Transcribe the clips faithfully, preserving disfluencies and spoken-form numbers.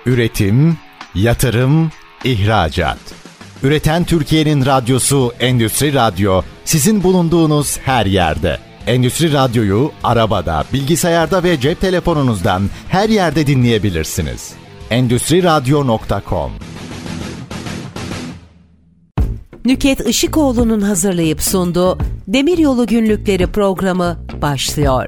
Üretim, yatırım, ihracat. Üreten Türkiye'nin radyosu Endüstri Radyo, sizin bulunduğunuz her yerde. Endüstri Radyo'yu arabada, bilgisayarda ve cep telefonunuzdan her yerde dinleyebilirsiniz. endüstri radyo nokta com. Nükhet Işıkoğlu'nun hazırlayıp sunduğu Demiryolu Günlükleri programı başlıyor.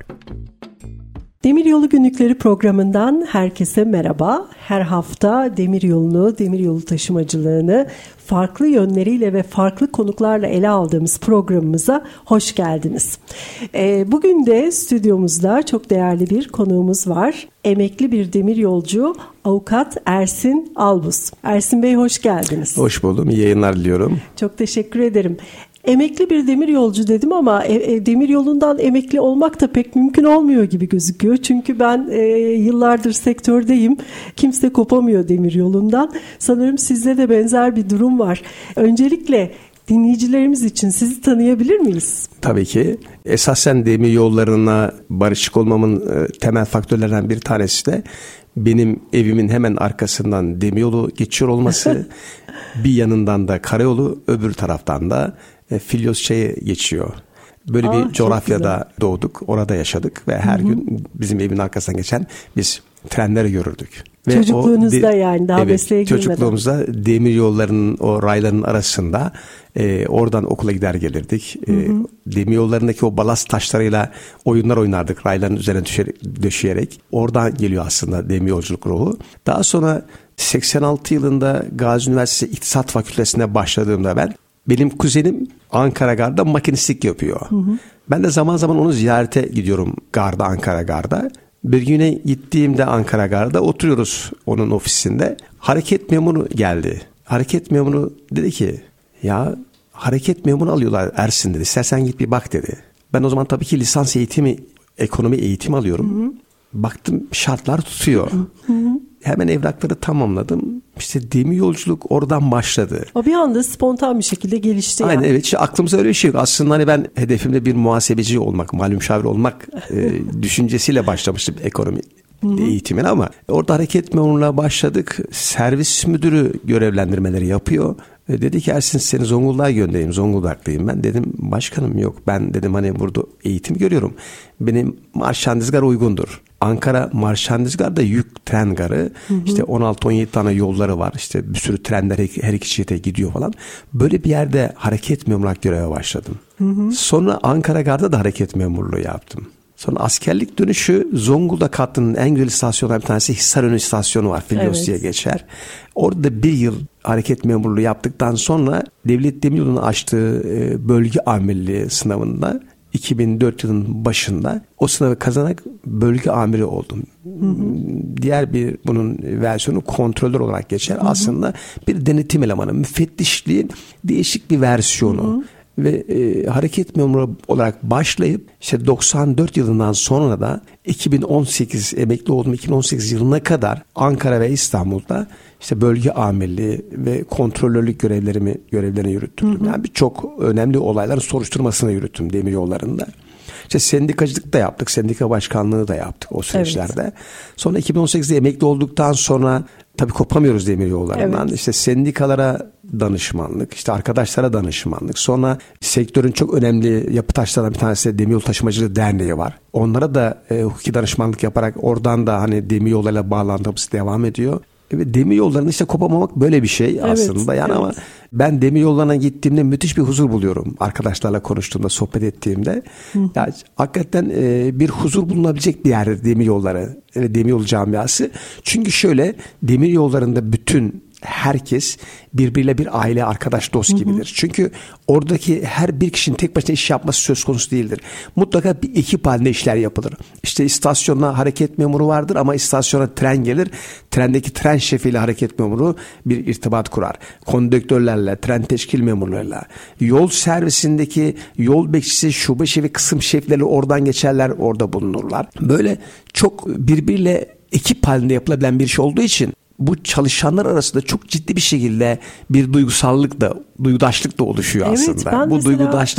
Demiryolu Günlükleri programından herkese merhaba. Her hafta demiryolunu, demiryolu taşımacılığını farklı yönleriyle ve farklı konuklarla ele aldığımız programımıza hoş geldiniz. Ee, bugün de stüdyomuzda çok değerli bir konuğumuz var. Emekli bir demiryolcu avukat Ersin Albus. Ersin Bey, hoş geldiniz. Hoş buldum. İyi yayınlar diliyorum. Çok teşekkür ederim. Emekli bir demiryolcu dedim ama e, e, demiryolundan emekli olmak da pek mümkün olmuyor gibi gözüküyor. Çünkü ben e, yıllardır sektördeyim. Kimse kopamıyor demiryolundan. Sanırım sizde de benzer bir durum var. Öncelikle dinleyicilerimiz için sizi tanıyabilir miyiz? Tabii ki. Esasen demiryollarına barışık olmamın e, temel faktörlerinden bir tanesi de benim evimin hemen arkasından demiryolu geçiyor olması. Bir yanından da karayolu, öbür taraftan da e, Filyos Çayı geçiyor. Böyle Aa, bir coğrafyada doğduk, orada yaşadık ve her Hı-hı. gün bizim evin arkasından geçen biz trenleri görürdük. Ve çocukluğunuzda de, yani daha evet, mesleğe girmeden. Çocukluğumuzda demir yollarının o rayların arasında e, oradan okula gider gelirdik. E, demir yollarındaki o balast taşlarıyla oyunlar oynardık rayların üzerine düşer, döşeyerek. Oradan geliyor aslında demir yolculuk ruhu. Daha sonra seksen altı yılında Gazi Üniversitesi İktisat Fakültesi'ne başladığımda ben, benim kuzenim Ankara Gar'da makinistlik yapıyor. Hı hı. Ben de zaman zaman onu ziyarete gidiyorum Gar'da, Ankara Gar'da. Bir güne gittiğimde Ankara Gar'da oturuyoruz onun ofisinde. Hareket memuru geldi. Hareket memuru dedi ki, ya hareket memuru alıyorlar Ersin dedi. İstersen git bir bak dedi. Ben o zaman tabii ki lisans eğitimi, ekonomi eğitimi alıyorum. Hı hı. Baktım şartlar tutuyor. Hı hı. Hemen evrakları tamamladım. İşte demir yolculuk oradan başladı. O bir anda spontan bir şekilde gelişti. Aynen yani. Evet. İşte aklımıza öyle bir şey yok. Aslında hani ben hedefimde bir muhasebeci olmak, mali müşavir olmak e, düşüncesiyle başlamıştım ekonomi eğitimine ama orada hareket memurluğuna başladık. Servis müdürü görevlendirmeleri yapıyor. E, dedi ki Ersin seni Zonguldak'a göndereyim. Zonguldak'lıyım ben. Dedim başkanım yok. Ben dedim hani burada eğitim görüyorum. Benim Marşandizgar uygundur. Ankara Marşandizgar'da yük tren garı. Hı hı. İşte on altı on yedi tane yolları var. İşte bir sürü trenler her iki şirkete gidiyor falan. Böyle bir yerde hareket memurluğu göreve başladım. Hı hı. Sonra Ankara Gar'da da hareket memurluğu yaptım. Sonra askerlik dönüşü Zonguldak hattının en güzel istasyonlarından bir tanesi Hisarönü istasyonu var. Filyos evet. diye geçer. Orada bir yıl hareket memurluğu yaptıktan sonra Devlet Demiryolu'nun açtığı bölge amirliği sınavında iki bin dört yılının başında o sınavı kazanarak bölge amiri oldum. Hı hı. Diğer bir bunun versiyonu kontrolör olarak geçer. Hı hı. Aslında bir denetim elemanı, müfettişliğin değişik bir versiyonu. Hı hı. Ve e, hareket memuru olarak başlayıp işte doksan dört yılından sonra da iki bin on sekiz emekli oldum. iki bin on sekiz yılına kadar Ankara ve İstanbul'da işte bölge amirliği ve kontrolörlük görevlerimi görevlerini yürüttüm. Hı hı. Yani birçok önemli olayların soruşturmasını yürüttüm demir yollarında. İşte sendikacılık da yaptık, sendika başkanlığı da yaptık o süreçlerde. Evet. Sonra iki bin on sekizde emekli olduktan sonra tabii kopamıyoruz demir yollarından. Evet. İşte sendikalara danışmanlık, işte arkadaşlara danışmanlık. Sonra sektörün çok önemli yapı taşlarından bir tanesi de Demiryolu Taşımacılığı Derneği var. Onlara da e, hukuki danışmanlık yaparak oradan da hani demir yollarıyla bağlantımız devam ediyor. Evet, demir yollarını işte kopamamak böyle bir şey evet, aslında yani evet. Ama ben demir yollarına gittiğimde müthiş bir huzur buluyorum. Arkadaşlarla konuştuğumda, sohbet ettiğimde. Yani hakikaten e, bir huzur bulunabilecek bir yer demir yolları, yani demir yolu camiası. Çünkü şöyle demir yollarında bütün herkes birbiriyle bir aile, arkadaş, dost gibidir. Hı hı. Çünkü oradaki her bir kişinin tek başına iş yapması söz konusu değildir. Mutlaka bir ekip halinde işler yapılır. İşte istasyonda hareket memuru vardır ama istasyona tren gelir. Trendeki tren şefiyle hareket memuru bir irtibat kurar. Konduktörlerle, tren teşkil memurlarıyla. Yol servisindeki yol bekçisi, şube şefi, kısım şefleri oradan geçerler, orada bulunurlar. Böyle çok birbiriyle ekip halinde yapılabilen bir şey olduğu için bu çalışanlar arasında çok ciddi bir şekilde bir duygusallık da, duygudaşlık da oluşuyor evet, aslında. Bu mesela, duygudaşlık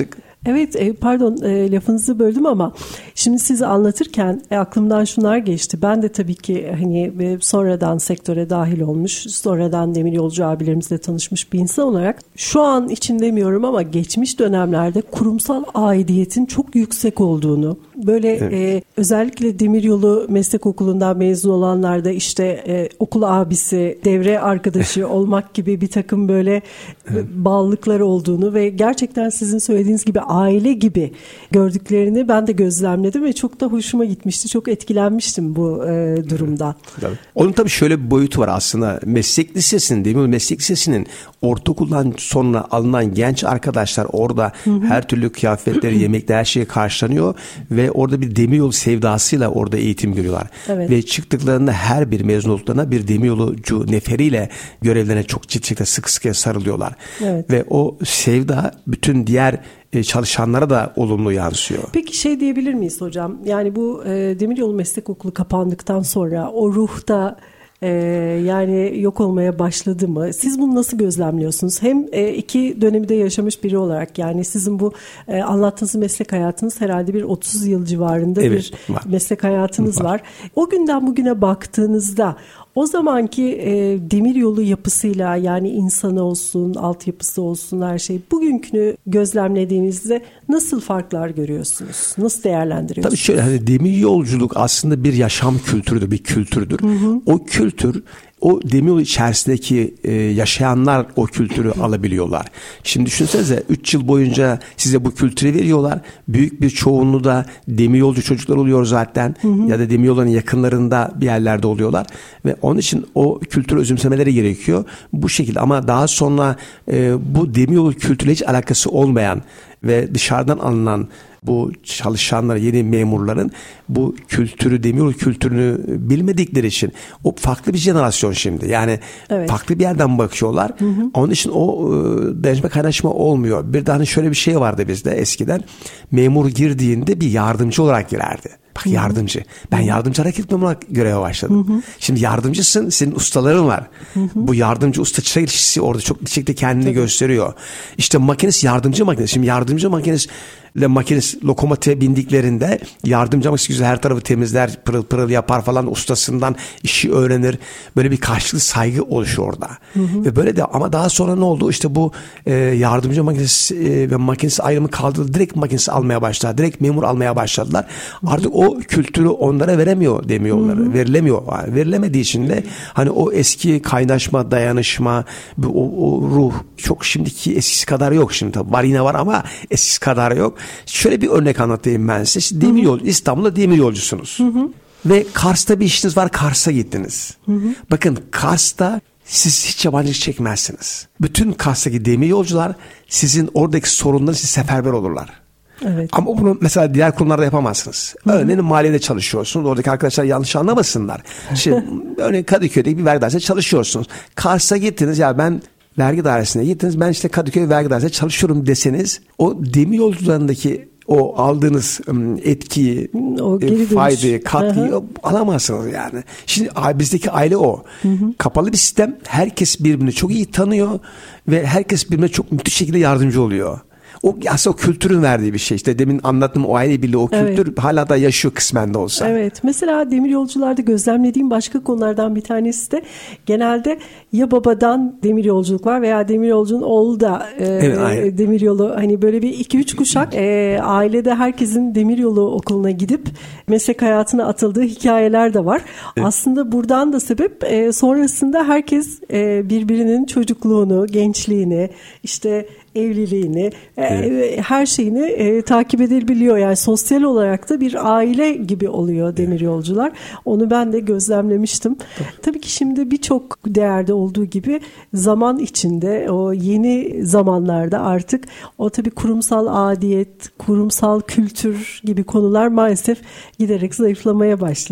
Evet, pardon lafınızı böldüm ama şimdi sizi anlatırken aklımdan şunlar geçti. Ben de tabii ki hani sonradan sektöre dahil olmuş, sonradan demiryolcu abilerimizle tanışmış bir insan olarak şu an için demiyorum ama geçmiş dönemlerde kurumsal aidiyetin çok yüksek olduğunu, böyle evet. e, özellikle demiryolu meslek okulundan mezun olanlarda işte e, okul abisi, devre arkadaşı olmak gibi bir takım böyle evet. bağlılıklar olduğunu ve gerçekten sizin söylediğiniz gibi aile gibi gördüklerini ben de gözlemledim ve çok da hoşuma gitmişti. Çok etkilenmiştim bu e, durumdan. Tabii. Onun tabii şöyle bir boyutu var aslında. Meslek lisesinin, demiryolu meslek lisesinin ortaokuldan sonra alınan genç arkadaşlar orada hı hı. her türlü kıyafetleri, yemekler, her şeye karşılanıyor ve orada bir demiryolu sevdasıyla orada eğitim görüyorlar. Evet. Ve çıktıklarında her bir mezun olduklarına bir demiryolcu neferiyle görevlerine çok ciddi sıkı sıkıya sarılıyorlar. Evet. Ve o sevda bütün diğer çalışanlara da olumlu yansıyor. Peki şey diyebilir miyiz hocam? Yani bu e, demiryolu meslek okulu kapandıktan sonra o ruh da e, yani yok olmaya başladı mı? Siz bunu nasıl gözlemliyorsunuz? Hem e, iki dönemi de yaşamış biri olarak, yani sizin bu e, anlattığınız meslek hayatınız herhalde bir otuz yıl civarında evet, bir var. meslek hayatınız var. var. O günden bugüne baktığınızda o zamanki e, demiryolu yapısıyla, yani insanı olsun, altyapısı olsun, her şey, bugünkünü gözlemlediğinizde nasıl farklar görüyorsunuz? Nasıl değerlendiriyorsunuz? Tabii şöyle, hani demiryolculuk aslında bir yaşam kültürüdür, bir kültürdür. Hı hı. O kültür, o demiryolu içerisindeki e, yaşayanlar o kültürü alabiliyorlar. Şimdi düşünsenize, üç yıl boyunca size bu kültürü veriyorlar. Büyük bir çoğunluğu da demiryolcu çocuklar oluyor zaten. Hı hı. Ya da demiryolların yakınlarında bir yerlerde oluyorlar. Ve onun için o kültürü özümsemeleri gerekiyor. Bu şekilde, ama daha sonra e, bu demiryolu kültürüyle hiç alakası olmayan ve dışarıdan alınan bu çalışanlar, yeni memurların bu kültürü, demiryolu kültürünü bilmedikleri için o farklı bir jenerasyon şimdi. Yani evet. farklı bir yerden bakıyorlar. Hı hı. Onun için o dayanışma kaynaşma olmuyor. Bir de hani şöyle bir şey vardı bizde eskiden. Memur girdiğinde bir yardımcı olarak girerdi. Bak, yardımcı. Ben yardımcı hareket memuruna göreve başladım. Hı hı. Şimdi yardımcısın, senin ustaların var. Hı hı. Bu yardımcı usta çırak ilişkisi orada çok bir şekilde kendini Tabii. gösteriyor. İşte makinist, yardımcı makinist. Şimdi yardımcı makinist ile makinist lokomotive bindiklerinde yardımcı makinist güzel her tarafı temizler, pırıl pırıl yapar falan, ustasından işi öğrenir. Böyle bir karşılıklı saygı oluşuyor orada. Hı hı. Ve böyle de, ama daha sonra ne oldu? İşte bu e, yardımcı makinist e, ve makinist ayrımı kaldırıldı. Direkt makinist almaya başladılar. Direkt memur almaya başladılar. Hı hı. Artık o kültürü onlara veremiyor demiyorlar. Hı hı. Verilemiyor. Verilemediği için de hani o eski kaynaşma, dayanışma, o, o ruh çok şimdiki eskisi kadar yok şimdi. Tabii var, yine var ama eskisi kadar yok. Şöyle bir örnek anlatayım ben size. Demiryol, İstanbul'da demiryolcusunuz. Hı hı. Ve Kars'ta bir işiniz var, Kars'a gittiniz. Hı hı. Bakın, Kars'ta siz hiç yabancılık çekmezsiniz. Bütün Kars'taki demiryolcular sizin oradaki sorunları size seferber olurlar. Evet. Ama bunu mesela diğer kurumlarda yapamazsınız. Hı-hı. Örneğin maliyede çalışıyorsunuz. Oradaki arkadaşlar yanlış anlamasınlar. Şimdi örneğin Kadıköy'deki bir vergi dairesinde çalışıyorsunuz. Kars'a gittiniz, ya ben vergi dairesine gittiniz, ben işte Kadıköy vergi dairesinde çalışıyorum deseniz, o demiryolcularındaki o aldığınız etkiyi, o faydayı, katkıyı Hı-hı. alamazsınız yani. Şimdi bizdeki aile o. Hı-hı. Kapalı bir sistem. Herkes birbirini çok iyi tanıyor ve herkes birbirine çok müthiş şekilde yardımcı oluyor. O aslında o kültürün verdiği bir şey. İşte demin anlattığım o aile birliği, o kültür evet. hala da yaşıyor kısmen de olsa. Evet. Mesela demiryolcularda gözlemlediğim başka konulardan bir tanesi de genelde ya babadan demiryolculuk var veya demiryolcunun oğlu da e, evet, demiryolu, hani böyle bir iki üç kuşak e, ailede herkesin demiryolu okuluna gidip meslek hayatına atıldığı hikayeler de var. Evet. Aslında buradan da sebep e, sonrasında herkes e, birbirinin çocukluğunu, gençliğini, işte evliliğini, evet. her şeyini e, takip edebiliyor. Yani sosyal olarak da bir aile gibi oluyor demiryolcular. Onu ben de gözlemlemiştim. Tabii, Tabii ki şimdi birçok değerde olduğu gibi zaman içinde, o yeni zamanlarda artık o tabii kurumsal adiyet, kurumsal kültür gibi konular maalesef giderek zayıflamaya başladı.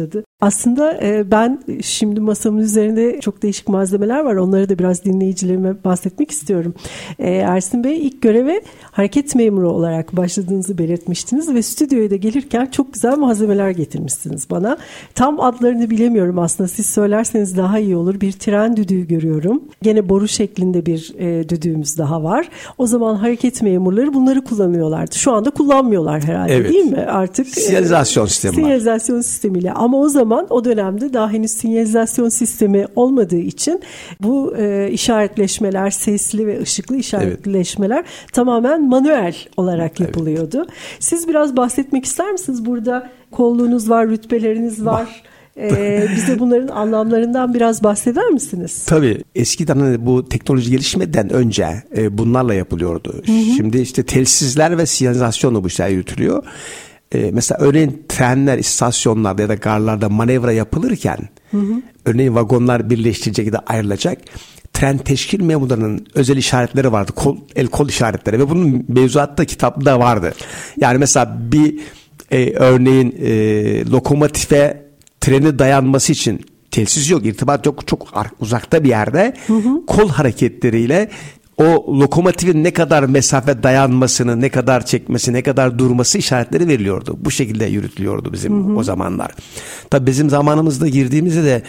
Aslında e, ben şimdi masamın üzerinde çok değişik malzemeler var. Onları da biraz dinleyicilerime bahsetmek istiyorum. E, Ersin Bey ilk göreve hareket memuru olarak başladığınızı belirtmiştiniz ve stüdyoya da gelirken çok güzel malzemeler getirmişsiniz bana. Tam adlarını bilemiyorum aslında. Siz söylerseniz daha iyi olur. Bir tren düdüğü görüyorum. Gene boru şeklinde bir e, düdüğümüz daha var. O zaman hareket memurları bunları kullanıyorlardı. Şu anda kullanmıyorlar herhalde, evet, değil mi? Artık sinyalizasyon e, sistemi sinyalizasyon var. sistemiyle. Ama o zaman o dönemde daha henüz sinyalizasyon sistemi olmadığı için bu e, işaretleşmeler, sesli ve ışıklı işaretleşmeler, evet, tamamen manuel olarak yapılıyordu. Evet. Siz biraz bahsetmek ister misiniz? Burada kolluğunuz var, rütbeleriniz var. Ee, bize bunların anlamlarından biraz bahseder misiniz? Tabii. Eskiden bu teknoloji gelişmeden önce e, bunlarla yapılıyordu. Hı hı. Şimdi işte telsizler ve sinyalizasyonla bu işler yürütülüyor. E, mesela örneğin trenler, istasyonlarda ya da garlarda manevra yapılırken, hı hı, örneğin vagonlar birleştirecek ya da ayrılacak. Tren teşkil memurlarının özel işaretleri vardı. Kol, el kol işaretleri ve bunun mevzuatta, kitapta vardı. Yani mesela bir e, örneğin e, lokomotife treni dayanması için telsiz yok, irtibat yok, çok uzakta bir yerde, hı hı, kol hareketleriyle o lokomotifin ne kadar mesafe dayanmasını, ne kadar çekmesi, ne kadar durması işaretleri veriliyordu. Bu şekilde yürütülüyordu bizim, hı hı, o zamanlar. Tabii bizim zamanımızda girdiğimizde de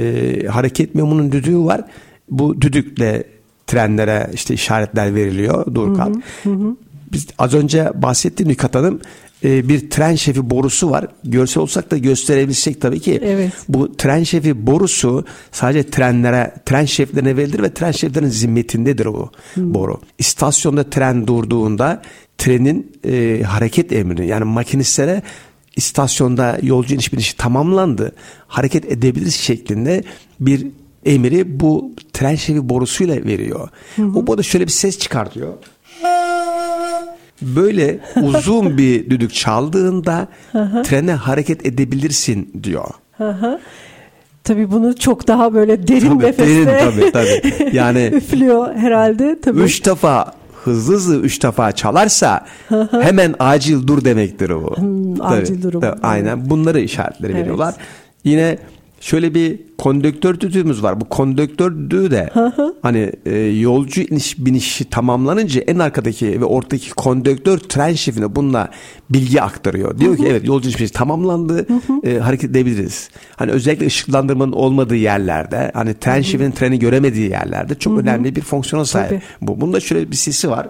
e, hareket memurunun düdüğü var. Bu düdükle trenlere işte işaretler veriliyor. Dur kal. Hı hı. Biz az önce bahsettiğim Nükat Hanım, e, bir tren şefi borusu var. Görsel olsak da gösterebilsek tabii ki. Evet. Bu tren şefi borusu sadece trenlere, tren şeflerine verilir ve tren şeflerinin zimmetindedir bu, hı, boru. İstasyonda tren durduğunda trenin e, hareket emrini, yani makinistlere istasyonda yolcu iniş binişi tamamlandı, hareket edebiliriz şeklinde bir emiri bu tren şefi borusuyla veriyor. Hı hı. O boru şöyle bir ses çıkartıyor. Böyle uzun bir düdük çaldığında trene hareket edebilirsin diyor. Hı hı. Tabii bunu çok daha böyle derin tabii, nefeste derin, tabii, tabii. Yani üflüyor herhalde. Tabii. Üç defa hızlı hızlı üç defa çalarsa hemen acil dur demektir o. Hmm, acil durum. Tabii, aynen bunları işaretleri, evet, veriyorlar. Yine şöyle bir konduktör düdüğümüz var. Bu konduktör düdüğü de hani e, yolcu iniş binişi tamamlanınca en arkadaki ve ortadaki konduktör tren şefine bununla bilgi aktarıyor. Diyor ki evet, yolcu iniş binişi tamamlandı, e, hareket edebiliriz. Hani özellikle ışıklandırmanın olmadığı yerlerde, hani tren şefinin treni göremediği yerlerde çok önemli bir fonksiyona sahip. Tabii. Bu. Bunda şöyle bir sesi var.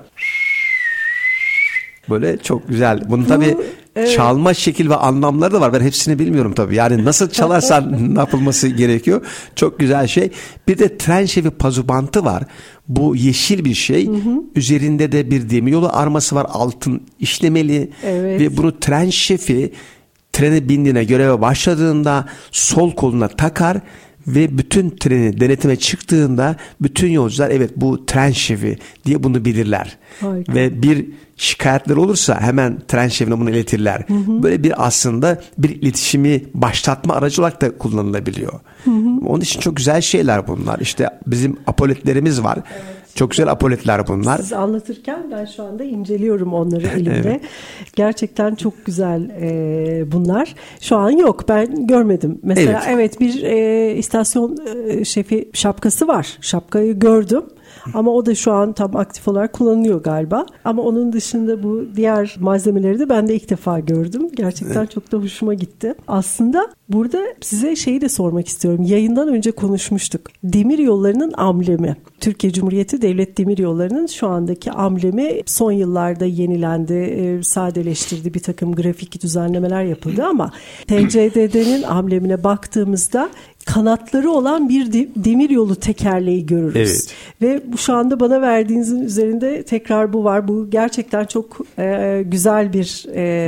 Böyle çok güzel. Bunun tabii evet, çalma şekil ve anlamları da var. Ben hepsini bilmiyorum tabii. Yani nasıl çalarsan ne yapılması gerekiyor. Çok güzel şey. Bir de tren şefi pazubantı var. Bu yeşil bir şey. Hı hı. Üzerinde de bir demiryolu arması var. Altın işlemeli. Evet. Ve bunu tren şefi trene bindiğine, göreve başladığında sol koluna takar ve bütün treni denetime çıktığında bütün yolcular evet bu tren şefi diye bunu bilirler. Harika. Ve bir şikayetler olursa hemen tren şefine bunu iletirler. Hı hı. Böyle bir aslında bir iletişimi başlatma aracı olarak da kullanılabiliyor. Hı hı. Onun için çok güzel şeyler bunlar. İşte bizim apoletlerimiz var. Evet. Çok güzel apoletler bunlar. Siz anlatırken ben şu anda inceliyorum onları elimde. Evet. Gerçekten çok güzel e, bunlar. Şu an yok, ben görmedim. Mesela evet, evet bir e, istasyon e, şefi şapkası var. Şapkayı gördüm. Ama o da şu an tam aktif olarak kullanılıyor galiba. Ama onun dışında bu diğer malzemeleri de ben de ilk defa gördüm. Gerçekten evet, çok da hoşuma gitti. Aslında burada size şeyi de sormak istiyorum. Yayından önce konuşmuştuk. Demir yollarının amblemi. Türkiye Cumhuriyeti Devlet Demiryolları'nın şu andaki amblemi son yıllarda yenilendi, sadeleştirdi, bir takım grafik düzenlemeler yapıldı ama T C D D'nin amblemine baktığımızda kanatları olan bir de, demir yolu tekerleği görürüz. Evet. Ve bu şu anda bana verdiğinizin üzerinde tekrar bu var. Bu gerçekten çok e, güzel bir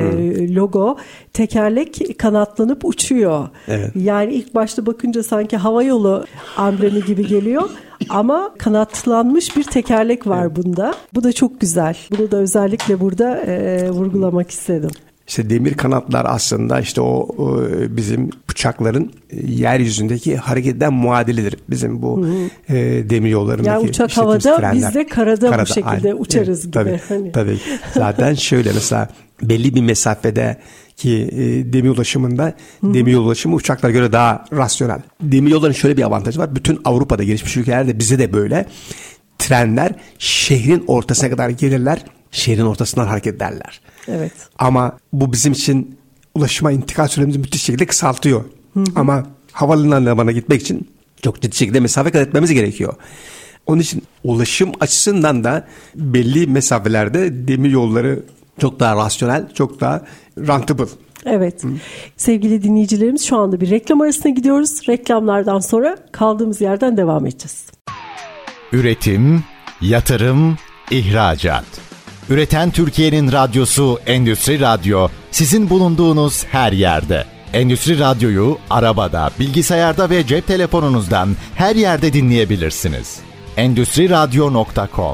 e, logo. Tekerlek kanatlanıp uçuyor. Evet. Yani ilk başta bakınca sanki hava yolu amblemi gibi geliyor. Ama kanatlanmış bir tekerlek var, evet, bunda. Bu da çok güzel. Bunu da özellikle burada e, vurgulamak istedim. İşte demir kanatlar aslında işte o, o bizim uçakların yeryüzündeki hareketten muadilidir. Bizim bu e, demir yollarındaki. Yani uçak havada, trenler, biz de karada, karada bu şekilde aynen, uçarız evet, gibi. Tabii, hani. Tabii. Zaten şöyle mesela belli bir mesafede ki e, demir ulaşımında Hı-hı. demir yol ulaşımı uçaklara göre daha rasyonel. Demir yolların şöyle bir avantajı var. Bütün Avrupa'da gelişmiş ülkelerde bize de böyle trenler şehrin ortasına kadar gelirler. Şehrin ortasından hareket ederler. Evet. Ama bu bizim için ulaşıma intikal süremizi müthiş şekilde kısaltıyor. Hı-hı. Ama havalimanına gitmek için çok ciddi şekilde mesafe kat etmemiz gerekiyor. Onun için ulaşım açısından da belli mesafelerde demir yolları çok daha rasyonel, çok daha rentable. Evet. Hı. Sevgili dinleyicilerimiz, şu anda bir reklam arasına gidiyoruz. Reklamlardan sonra kaldığımız yerden devam edeceğiz. Üretim, yatırım, ihracat. Üreten Türkiye'nin radyosu Endüstri Radyo, sizin bulunduğunuz her yerde. Endüstri Radyo'yu arabada, bilgisayarda ve cep telefonunuzdan her yerde dinleyebilirsiniz. endüstri radyo nokta com.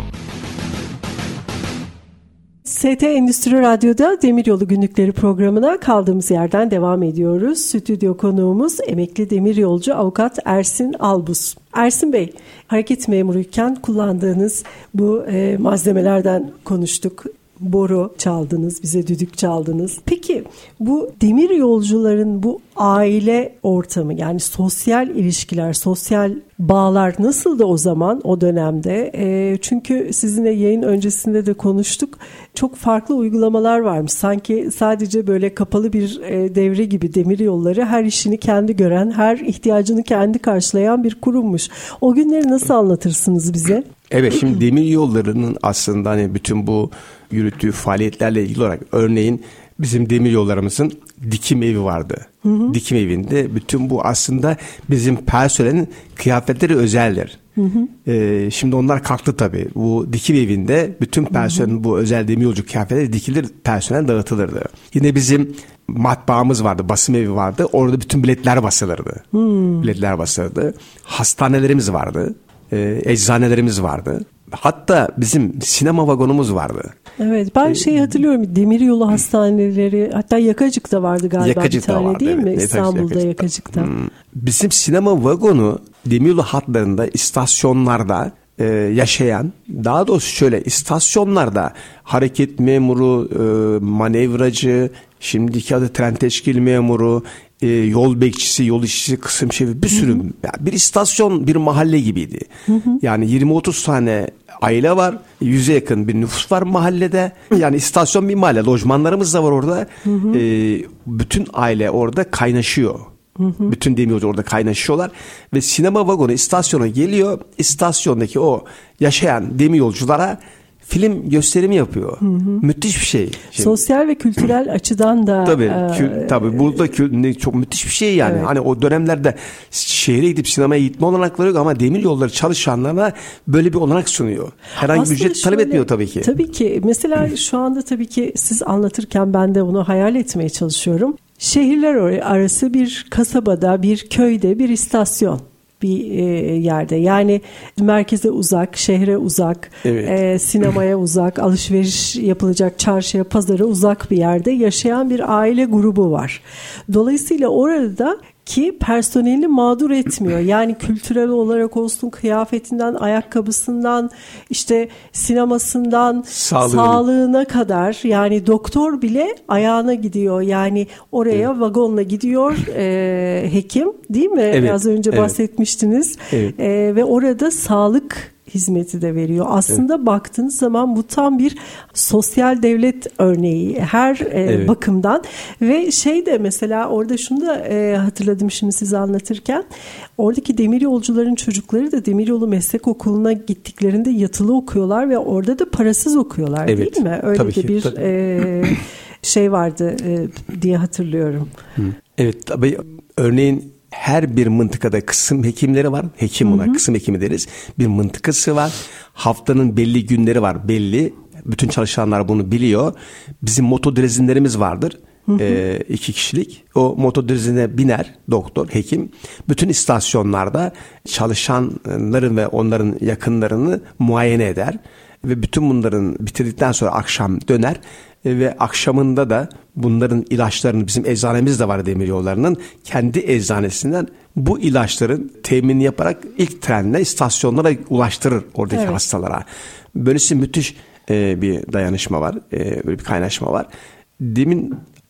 S T Endüstri Radyo'da Demiryolu Günlükleri programına kaldığımız yerden devam ediyoruz. Stüdyo konuğumuz emekli demiryolcu avukat Ersin Albus. Ersin Bey, hareket memuruyken kullandığınız bu e, malzemelerden konuştuk. Boru çaldınız, bize düdük çaldınız. Peki bu demir yolcuların bu aile ortamı, yani sosyal ilişkiler, sosyal bağlar nasıldı o zaman, o dönemde? E, çünkü sizinle yayın öncesinde de konuştuk. Çok farklı uygulamalar varmış. Sanki sadece böyle kapalı bir e, devre gibi demir yolları, her işini kendi gören, her ihtiyacını kendi karşılayan bir kurummuş. O günleri nasıl anlatırsınız bize? Evet, şimdi demir yollarının aslında hani bütün bu yürüttüğü faaliyetlerle ilgili olarak, örneğin bizim demir yollarımızın dikim evi vardı. Hı hı. Dikim evinde bütün bu aslında bizim personelin kıyafetleri özeldir. Hı hı. Ee, şimdi onlar kalktı tabii. Bu dikim evinde bütün personelin bu özel demir yolcu kıyafetleri dikilir, personel dağıtılırdı. Yine bizim matbaamız vardı, basım evi vardı. Orada bütün biletler basılırdı. Hı. Biletler basılırdı. Hastanelerimiz vardı. E, eczanelerimiz vardı. Hatta bizim sinema vagonumuz vardı. Evet, ben şeyi hatırlıyorum, demiryolu hastaneleri, hatta Yakacık'ta vardı galiba Yakacık'ta bir tane vardı, değil mi? Evet. İstanbul'da Yakacık'ta. Yakacık'ta. Hmm. Bizim sinema vagonu demiryolu hatlarında, istasyonlarda e, yaşayan, daha doğrusu şöyle, istasyonlarda hareket memuru, e, manevracı, şimdiki adı tren teşkil memuru, e, yol bekçisi, yol işçisi, kısım şefi, bir sürü, yani bir istasyon bir mahalle gibiydi. Hı hı. Yani yirmi otuz tane aile var, yüze yakın bir nüfus var mahallede. Yani istasyon bir mahalle, lojmanlarımız da var orada. Hı hı. E, bütün aile orada kaynaşıyor. Hı hı. Bütün demirci orada kaynaşıyorlar ve sinema vagonu istasyona geliyor. İstasyondaki o yaşayan demiryolculara film gösterimi yapıyor. Hı hı. Müthiş bir şey. Şimdi, sosyal ve kültürel açıdan da tabii, e, kü, tabii burada kü, çok müthiş bir şey yani. Evet. Hani o dönemlerde şehre gidip sinemaya gitme olanakları yok ama demiryolları çalışanlarına böyle bir olanak sunuyor. Herhangi bir ücret talep etmiyor tabii ki. Tabii ki. Mesela şu anda tabii ki siz anlatırken ben de onu hayal etmeye çalışıyorum. Şehirler arası bir kasabada, bir köyde bir istasyon. Bir e, yerde, yani merkeze uzak, şehre uzak, evet. e, sinemaya uzak, alışveriş yapılacak çarşıya, pazara uzak bir yerde yaşayan bir aile grubu var. Dolayısıyla orada ki personelini mağdur etmiyor. Yani kültürel olarak olsun, kıyafetinden, ayakkabısından, işte sinemasından, Sağlığı. sağlığına kadar, yani doktor bile ayağına gidiyor. Yani oraya evet. vagonla gidiyor e, hekim, değil mi? Evet. Az önce evet. bahsetmiştiniz. Evet. E, ve orada sağlık hizmeti de veriyor. Aslında evet. baktığınız zaman bu tam bir sosyal devlet örneği her e, evet. bakımdan ve şey de mesela orada şunu da e, hatırladım şimdi size anlatırken, oradaki demiryolcuların çocukları da demiryolu meslek okuluna gittiklerinde yatılı okuyorlar ve orada da parasız okuyorlar, evet. değil mi? Öyle tabii de ki, bir e, şey vardı e, diye hatırlıyorum. Hı. Evet, tabii örneğin her bir mıntıkada kısım hekimleri var. Hekim ona kısım hekimi deriz. Bir mıntıkası var. Haftanın belli günleri var. Belli. Bütün çalışanlar bunu biliyor. Bizim motodrezinlerimiz vardır. Hı hı. E, iki kişilik. O motodrezine biner doktor, hekim. Bütün istasyonlarda çalışanların ve onların yakınlarını muayene eder. Ve bütün bunların bitirdikten sonra akşam döner. Ve akşamında da bunların ilaçlarını, bizim eczanemiz de var demiryollarının, kendi eczanesinden bu ilaçların teminini yaparak ilk trenle istasyonlara ulaştırır oradaki evet. hastalara. Böylesi müthiş e, bir dayanışma var, e, böyle bir kaynaşma var. Demin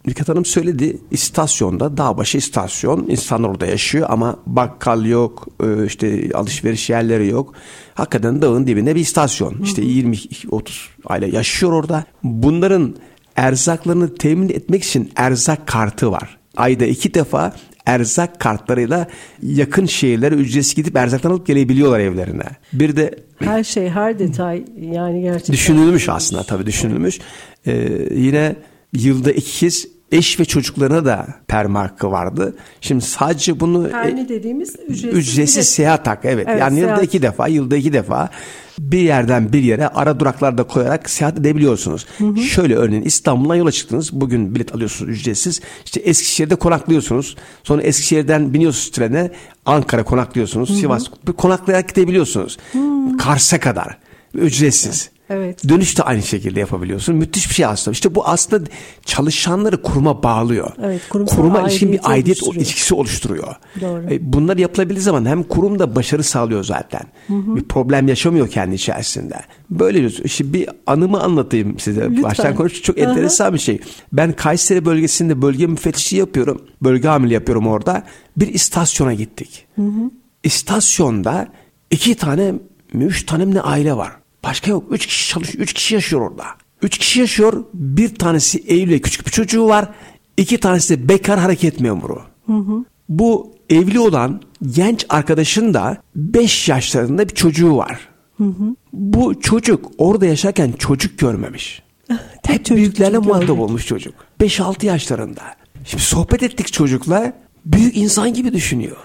Nükhet Hanım söyledi, istasyonda, Dağbaşı istasyon, insanlar orada yaşıyor ama bakkal yok, işte alışveriş yerleri yok. Hakikaten dağın dibinde bir istasyon. Hı hı. İşte yirmi otuz aile yaşıyor orada. Bunların erzaklarını temin etmek için erzak kartı var. Ayda iki defa erzak kartlarıyla yakın şehirlere ücretsiz gidip erzaktan alıp gelebiliyorlar evlerine. Bir de her şey, her detay yani gerçekten düşünülmüş aslında, tabii düşünülmüş. Ee, yine yılda iki kez eş ve çocuklarına da perma hakkı vardı. Şimdi sadece bunu permi dediğimiz ücretsiz, ücretsiz seyahat hakkı, evet. evet yani seyahat. yılda iki defa, yılda iki defa bir yerden bir yere ara duraklarda koyarak seyahat edebiliyorsunuz. Hı hı. Şöyle örneğin İstanbul'dan yola çıktınız. Bugün bilet alıyorsunuz ücretsiz. İşte Eskişehir'de konaklıyorsunuz. Sonra Eskişehir'den biniyorsunuz trene. Ankara konaklıyorsunuz. Hı hı. Sivas konaklayarak gidebiliyorsunuz. Hı hı. Kars'a kadar ücretsiz. Evet. Dönüş de aynı şekilde yapabiliyorsun. Müthiş bir şey aslında. İşte bu aslında çalışanları kuruma bağlıyor. Evet, kuruma ilişkin bir aidiyet ilişkisi oluşturuyor. Doğru. Bunlar yapılabildiği zaman hem kurum da başarı sağlıyor zaten. Hı hı. Bir problem yaşamıyor kendi içerisinde. Böyle diyorsun. İşte bir anımı anlatayım size. Lütfen. Baştan konuştuk. Çok Aha. enteresan bir şey. Ben Kayseri bölgesinde bölge müfettişi yapıyorum. Bölge amiri yapıyorum orada. Bir istasyona gittik. Hı hı. İstasyonda iki tane, üç tane ne aile var. Başka yok. Üç kişi çalışıyor. Üç kişi yaşıyor orada. Üç kişi yaşıyor. Bir tanesi evli, küçük bir çocuğu var. İki tanesi de bekar hareket memuru. Hı hı. Bu evli olan genç arkadaşın da beş yaşlarında bir çocuğu var. Hı hı. Bu çocuk orada yaşarken çocuk görmemiş. Hep büyüklerle muhatap olmuş çocuk. Beş altı yaşlarında. Şimdi sohbet ettik çocukla. Büyük insan gibi düşünüyor.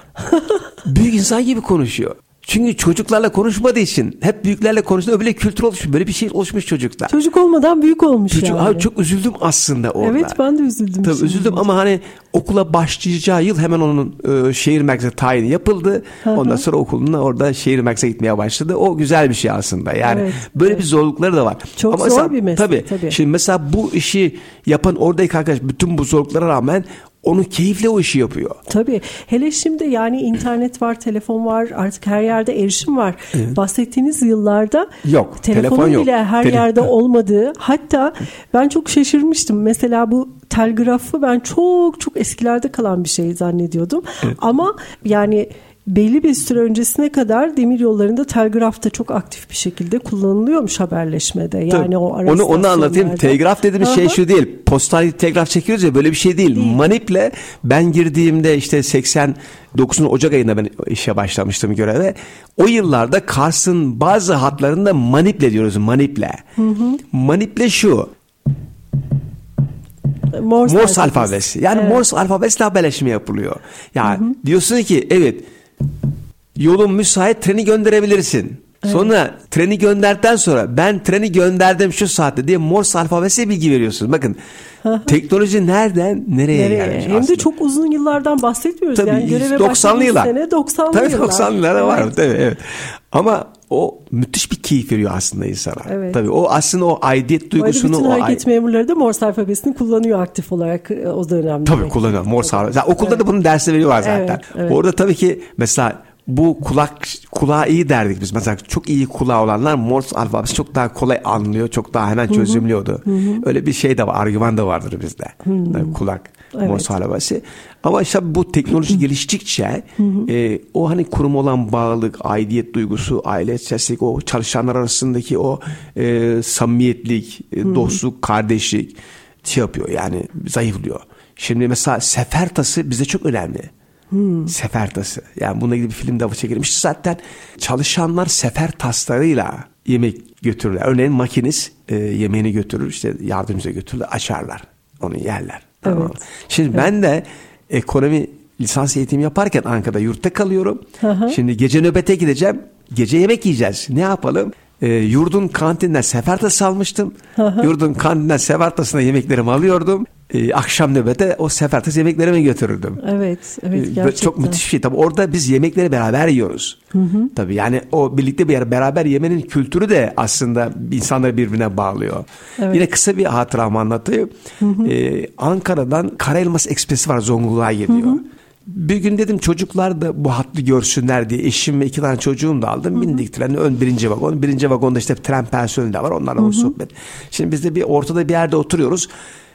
Büyük insan gibi konuşuyor. Çünkü çocuklarla konuşmadığı için hep büyüklerle konuştuğunda öyle kültür oluşmuş. Böyle bir şey oluşmuş çocukta. Çocuk olmadan büyük olmuş Çocuk, yani. Abi çok üzüldüm aslında orada. Evet, ben de üzüldüm. Tabii üzüldüm şimdi. Ama hani okula başlayacağı yıl hemen onun e, şehir merkezi tayini yapıldı. Hı-hı. Ondan sonra okuluna orada şehir merkezine gitmeye başladı. O güzel bir şey aslında. Yani evet, böyle evet. bir zorlukları da var. Çok ama zor mesela, bir meslek tabii, tabii. Şimdi mesela bu işi yapan oradaki arkadaş bütün bu zorluklara rağmen onu keyifle o işi yapıyor. Tabii. Hele şimdi yani internet var, telefon var, artık her yerde erişim var. Evet. Bahsettiğiniz yıllarda yok, telefonun telefon yok. bile her Tele- yerde olmadığı. Hatta ben çok şaşırmıştım. Mesela bu telgrafı ben çok çok eskilerde kalan bir şey zannediyordum. Evet. Ama yani belli bir süre öncesine kadar demir yollarında telgraf da çok aktif bir şekilde kullanılıyormuş haberleşmede. Yani Tabii. o ara onu onu anlatayım. Telgraf dediğimiz Aha. şey şu değil. Postal telgraf çekiyoruz ya, böyle bir şey değil. değil. Maniple ben girdiğimde işte seksen dokuzun Ocak ayında ben işe başlamıştım göreve. O yıllarda Kars'ın bazı hatlarında maniple diyoruz. Maniple. Hı hı. Maniple şu. Morse, Morse alfabesi. Yani evet. Morse alfabesiyle haberleşme yapılıyor. Yani hı hı. diyorsun ki evet, yolun müsait, treni gönderebilirsin. Evet. Sonra treni gönderdikten sonra ben treni gönderdim şu saatte diye Morse alfabesiyle bilgi veriyorsun. Bakın teknoloji nereden nereye, nereye? gelmiş Hem aslında. de çok uzun yıllardan bahsetmiyoruz. Tabii, yani göreve doksanlı yıllar. Sene doksanlı tabii yıllar. doksanlı yıllara var evet. tabii evet. Ama o müthiş bir keyif veriyor aslında insana. Evet. Tabii o aslında o aidiyet duygusunu. Bütün o hareket ay- memurları da Morse alfabesini kullanıyor aktif olarak o dönemde. Tabii kullanıyor Morse alfabesi. Okulda evet. da bunun dersi veriyorlar zaten. Evet, evet. Orada tabii ki mesela bu kulak kulağı iyi derdik biz. Mesela çok iyi kulağı olanlar Morse alfabesi çok daha kolay anlıyor. Çok daha hemen çözümlüyordu. Hı hı. Öyle bir şey de var. Argüman da vardır bizde. Hı hı. Kulak evet. Morse alfabesi. Ama işte bu teknoloji geliştikçe hı hı. E, o hani kurum olan bağlılık, aidiyet duygusu, aile seslik, o çalışanlar arasındaki o e, samimiyetlik, e, dostluk, kardeşlik şey yapıyor. Yani zayıflıyor. Şimdi mesela sefer tası bize çok önemli. Hmm. Sefer tası. Yani bununla ilgili bir film de çekilmişti zaten. Çalışanlar sefer taslarıyla yemek götürürler. Örneğin makinist e, yemeğini götürür, işte yardımcıya götürürler, açarlar. Onu yerler. Evet. Tamam. Şimdi evet. ben de ekonomi lisans eğitimi yaparken Ankara'da yurtta kalıyorum. Aha. Şimdi gece nöbete gideceğim. Gece yemek yiyeceğiz. Ne yapalım? E, yurdun kantinden sefer tası almıştım. Aha. Yurdun kantinden sefer tasına yemeklerimi alıyordum. Ee, akşam nöbete o sefertası yemeklerimi götürürdüm. Evet, evet gerçekten. Çok müthiş bir şey. Tabii orada biz yemekleri beraber yiyoruz. Hı hı. Tabii yani o birlikte bir beraber yemenin kültürü de aslında insanları birbirine bağlıyor. Evet. Yine kısa bir hatıramı anlatayım. Hı hı. Ee, Ankara'dan Karaelmas Ekspresi var, Zonguldak'a gidiyor. Hı hı. Bir gün dedim çocuklar da bu hattı görsünler diye eşim ve iki tane çocuğum da aldım. Hı-hı. Bindik treni, ön birinci vagon. Birinci vagonda işte tren personeli de var. Onlarla o sohbet. Şimdi biz de bir ortada bir yerde oturuyoruz.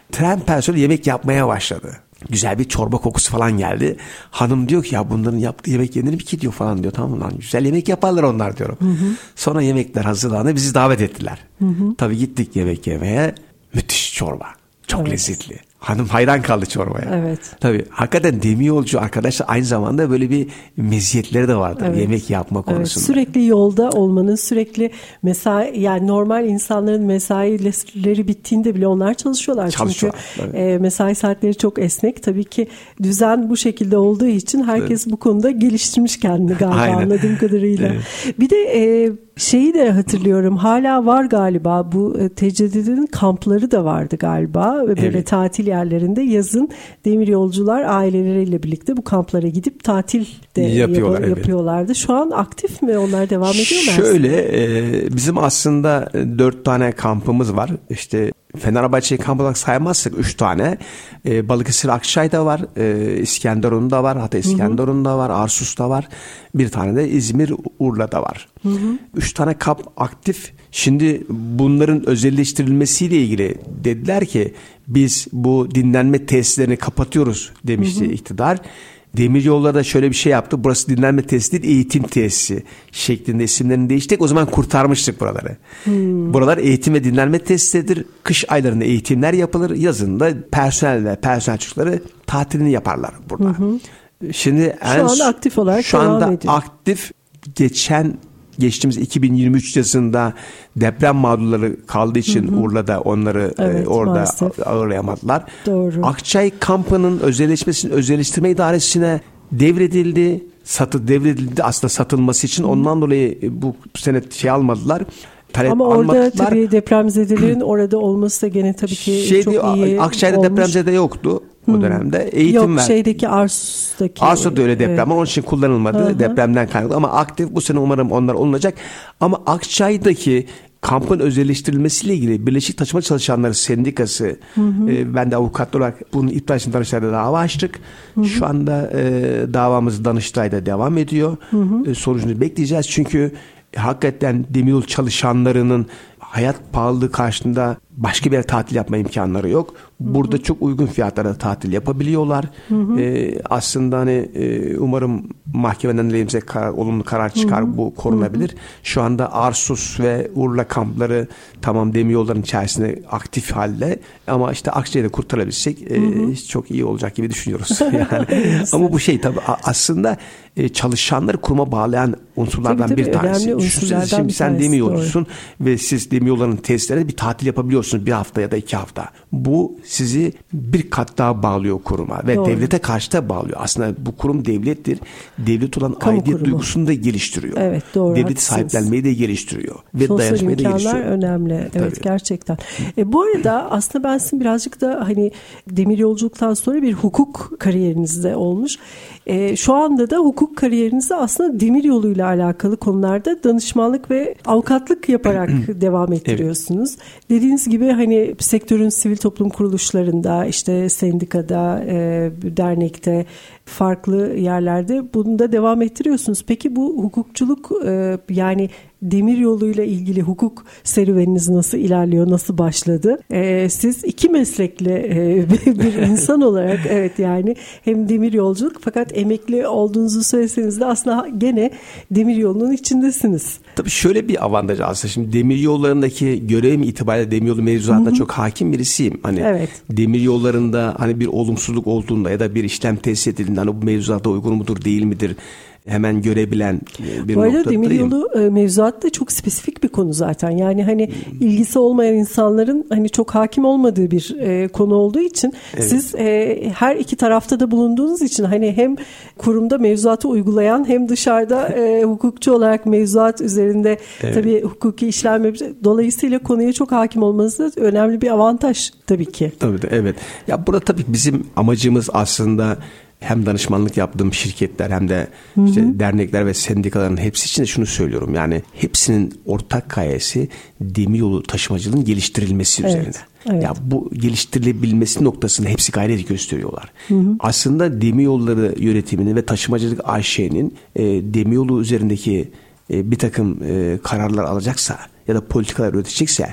Tren personeli yemek yapmaya başladı. Güzel bir çorba kokusu falan geldi. Hanım diyor ki ya bunların yaptığı yemek yenir mi ki diyor falan diyor. Tamam lan güzel yemek yaparlar onlar diyorum. Hı hı. Sonra yemekler hazırlandı, bizi davet ettiler. Hı hı. Tabii gittik yemek yemeye. Müthiş çorba. Çok evet. lezzetli. Hanım hayran kaldı çorbaya. Evet. Tabii hakikaten demiryolcu arkadaşlar aynı zamanda böyle bir meziyetleri de vardır evet. yemek yapma konusunda. Evet. Sürekli yolda olmanın, sürekli mesai, yani normal insanların mesaileri bittiğinde bile onlar çalışıyorlar. Çalışıyorlar. Çünkü e, mesai saatleri çok esnek. Tabii ki düzen bu şekilde olduğu için herkes evet. bu konuda geliştirmiş kendini galiba Aynen. anladığım kadarıyla. Evet. Bir de e, şeyi de hatırlıyorum, hala var galiba, bu e, T C D D'nin kampları da vardı galiba. Böyle evet. tatil yerlerinde yazın demiryolcular aileleriyle birlikte bu kamplara gidip tatil de Yapıyorlar, yap- evet. yapıyorlardı. Şu an aktif mi? Onlar devam ediyor mu? Şöyle e, bizim aslında dört tane kampımız var. İşte Fenerbahçe'yi kamp olarak saymazsak üç tane. E, Balıkesir Akçay'da var. E, İskenderun'da var. Hatta İskenderun'da var. Arsus'ta var. Bir tane de İzmir Urla'da var. Hı hı. Üç tane kamp aktif. Şimdi bunların özelleştirilmesiyle ilgili dediler ki biz bu dinlenme tesislerini kapatıyoruz demişti hı hı. iktidar. Demiryolları da şöyle bir şey yaptı. Burası dinlenme tesisi değil, eğitim tesisi şeklinde isimlerini değiştirdik. O zaman kurtarmıştık buraları. Hmm. Buralar eğitim ve dinlenme tesisidir. Kış aylarında eğitimler yapılır. Yazında personel ve personel çocukları tatilini yaparlar burada. Hı hı. Şimdi şu en, anda aktif olarak şu anda ediyor. aktif geçen geçtiğimiz iki bin yirmi üç yazında deprem mağdurları kaldığı için hı hı. Urla'da onları evet, e, orada maalesef. ağırlayamadılar. Doğru. Akçay kampının özelleşmesinin özelleştirme idaresine devredildi. Satı devredildi aslında satılması için. Hı. Ondan dolayı bu sene şey almadılar. Talep Ama orada almadılar. Tabii depremzedelerin orada olması da gene tabii ki şey çok diyor, iyi Akçay'da olmuş. Depremzede yoktu. O dönemde eğitim Yok, ver. şeydeki Arsus'taki. Arsus'ta öyle deprem evet. onun için kullanılmadı. Hı-hı. Depremden kaynaklı ama aktif bu sene umarım onlar olunacak. Ama Akçay'daki kampın özelleştirilmesiyle ilgili Birleşik Taşıma Çalışanları Sendikası e, ben de avukatlı olarak bunun iptal için Danıştay'da dava açtık. Hı-hı. Şu anda e, davamız Danıştay'da devam ediyor. E, sonucunu bekleyeceğiz çünkü hakikaten demiryolu çalışanlarının hayat pahalılığı karşısında başka bir tatil yapma imkanları yok. Burada hı hı. çok uygun fiyatlara tatil yapabiliyorlar. Hı hı. Ee, aslında hani e, umarım mahkemeden elimize karar, olumlu karar çıkar, hı hı. bu korunabilir. Hı hı. Şu anda Arsus ve Urla kampları tamam demiryolların içerisinde aktif halde ama işte Akçay'da kurtarabilsek e, çok iyi olacak gibi düşünüyoruz. Yani ama bu şey tabii aslında e, çalışanları kuruma bağlayan unsurlardan tabii, tabii, bir tanesi. Düşünsene şimdi sen demiryolcusun ve siz demiryolların tesislerinde bir tatil yapabiliyorsunuz bir hafta ya da iki hafta. Bu sizi bir kat daha bağlıyor kuruma ve doğru. devlete karşı da bağlıyor. Aslında bu kurum devlettir. Devlet olan kamu aidiyet kurumu. Duygusunu da geliştiriyor. Evet, doğru. Devleti sahiplenmeyi de geliştiriyor ve sosyal dayanışmayı da geliştiriyor. Sosyal imkanlar önemli. Evet, tabii. Gerçekten. E, bu arada aslında ben sizin birazcık da hani demiryolculuktan sonra bir hukuk kariyerinizde olmuş. E, şu anda da hukuk kariyerinizde aslında demiryoluyla alakalı konularda danışmanlık ve avukatlık yaparak devam ettiriyorsunuz. Evet. Dediğiniz gibi hani sektörün sivil toplum kuruluşlarında, işte sendikada, e, dernekte, farklı yerlerde bunu da devam ettiriyorsunuz. Peki bu hukukçuluk e, yani demiryoluyla ilgili hukuk serüveniniz nasıl ilerliyor, nasıl başladı? E, siz iki meslekli e, bir insan olarak evet yani hem demiryolculuk fakat emekli olduğunuzu söyleseniz de aslında gene demiryolunun içindesiniz. Tabii şöyle bir avantaj aslında şimdi demiryollarındaki görevim itibariyle demiryolu mevzuatına çok hakim birisiyim. Hani evet. demiryollarında hani bir olumsuzluk olduğunda ya da bir işlem tesis edildiğinde hani bu mevzuata uygun mudur değil midir? Hemen görebilen bir noktadayım. Bu arada demiryolu mevzuat da çok spesifik bir konu zaten. Yani hani ilgisi olmayan insanların hani çok hakim olmadığı bir e, konu olduğu için evet. siz e, her iki tarafta da bulunduğunuz için hani hem kurumda mevzuatı uygulayan hem dışarıda e, hukukçu olarak mevzuat üzerinde evet. tabii hukuki işlem dolayısıyla konuya çok hakim olmanız da önemli bir avantaj tabii ki. Tabii de, evet. Ya burada tabii bizim amacımız aslında hem danışmanlık yaptığım şirketler hem de işte hı hı. dernekler ve sendikaların hepsi için de şunu söylüyorum. Yani hepsinin ortak gayesi demiryolu taşımacılığın geliştirilmesi evet. üzerine. Evet. Ya bu geliştirilebilmesi noktasında hepsi gayret gösteriyorlar. Hı hı. Aslında demiryolları yönetiminin ve taşımacılık A Ş'nin e, demiryolu üzerindeki e, bir takım e, kararlar alacaksa ya da politikalar üretecekse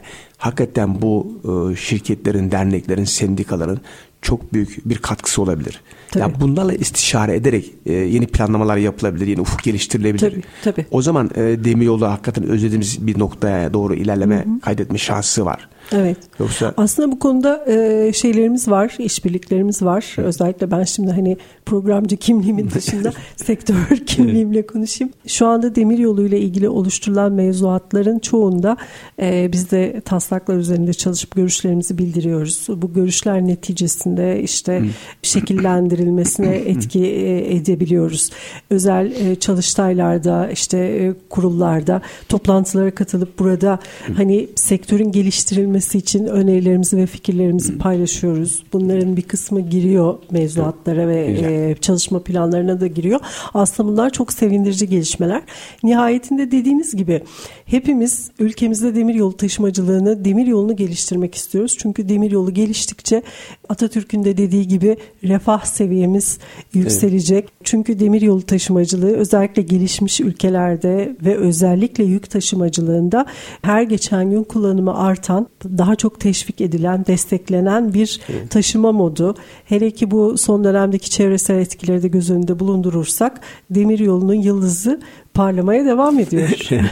hakikaten bu e, şirketlerin, derneklerin, sendikaların çok büyük bir katkısı olabilir. Yani bunlarla istişare ederek e, yeni planlamalar yapılabilir, yeni ufuk geliştirilebilir. Tabii, tabii. O zaman e, demiryolu hakikaten özlediğimiz bir noktaya doğru ilerleme, hı hı, kaydetme şansı var. Evet. Yoksa aslında bu konuda e, şeylerimiz var, işbirliklerimiz var. Hı. Özellikle ben şimdi hani programcı kimliğimin dışında sektör kimliğimle konuşayım. Şu anda demiryolu ile ilgili oluşturulan mevzuatların çoğunda e, biz de taslaklar üzerinde çalışıp görüşlerimizi bildiriyoruz. Bu görüşler neticesinde işte Hı. şekillendirilmesine etki e, edebiliyoruz. Özel e, çalıştaylarda, işte e, kurullarda, toplantılara katılıp burada Hı. hani sektörün geliştirilmesi için önerilerimizi ve fikirlerimizi paylaşıyoruz. Bunların bir kısmı giriyor mevzuatlara ve e, çalışma planlarına da giriyor. Aslında bunlar çok sevindirici gelişmeler. Nihayetinde dediğiniz gibi hepimiz ülkemizde demiryolu taşımacılığını, demiryolunu geliştirmek istiyoruz. Çünkü demiryolu geliştikçe Atatürk'ün de dediği gibi refah seviyemiz yükselecek. Evet. Çünkü demiryolu taşımacılığı özellikle gelişmiş ülkelerde ve özellikle yük taşımacılığında her geçen gün kullanımı artan, daha çok teşvik edilen, desteklenen bir evet. taşıma modu. Hele ki bu son dönemdeki çevresel etkileri de göz önünde bulundurursak demiryolunun yıldızı parlamaya devam ediyor.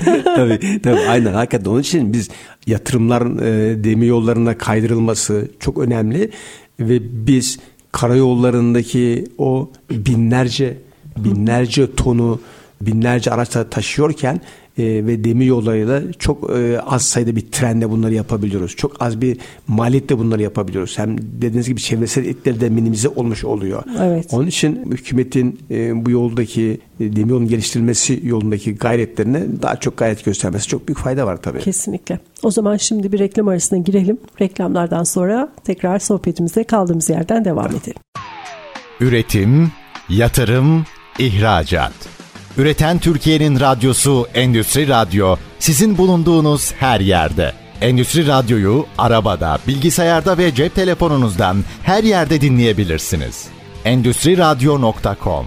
tabii, tabii aynen. Hakikaten onun için biz yatırımların e, demiryollarına kaydırılması çok önemli ve biz karayollarındaki o binlerce binlerce tonu binlerce araçla taşıyorken e, ve demiryollarıyla çok e, az sayıda bir trenle bunları yapabiliyoruz. Çok az bir maliyetle bunları yapabiliyoruz. Hem dediğiniz gibi çevresel etkileri de minimize olmuş oluyor. Evet. Onun için hükümetin e, bu yoldaki e, demiryolunun geliştirilmesi yolundaki gayretlerine daha çok gayret göstermesi çok büyük fayda var tabii. Kesinlikle. O zaman şimdi bir reklam arasına girelim. Reklamlardan sonra tekrar sohbetimize kaldığımız yerden devam tamam. edelim. Üretim, yatırım, ihracat. Üreten Türkiye'nin radyosu Endüstri Radyo, sizin bulunduğunuz her yerde. Endüstri Radyo'yu arabada, bilgisayarda ve cep telefonunuzdan her yerde dinleyebilirsiniz. endüstri radyo nokta com.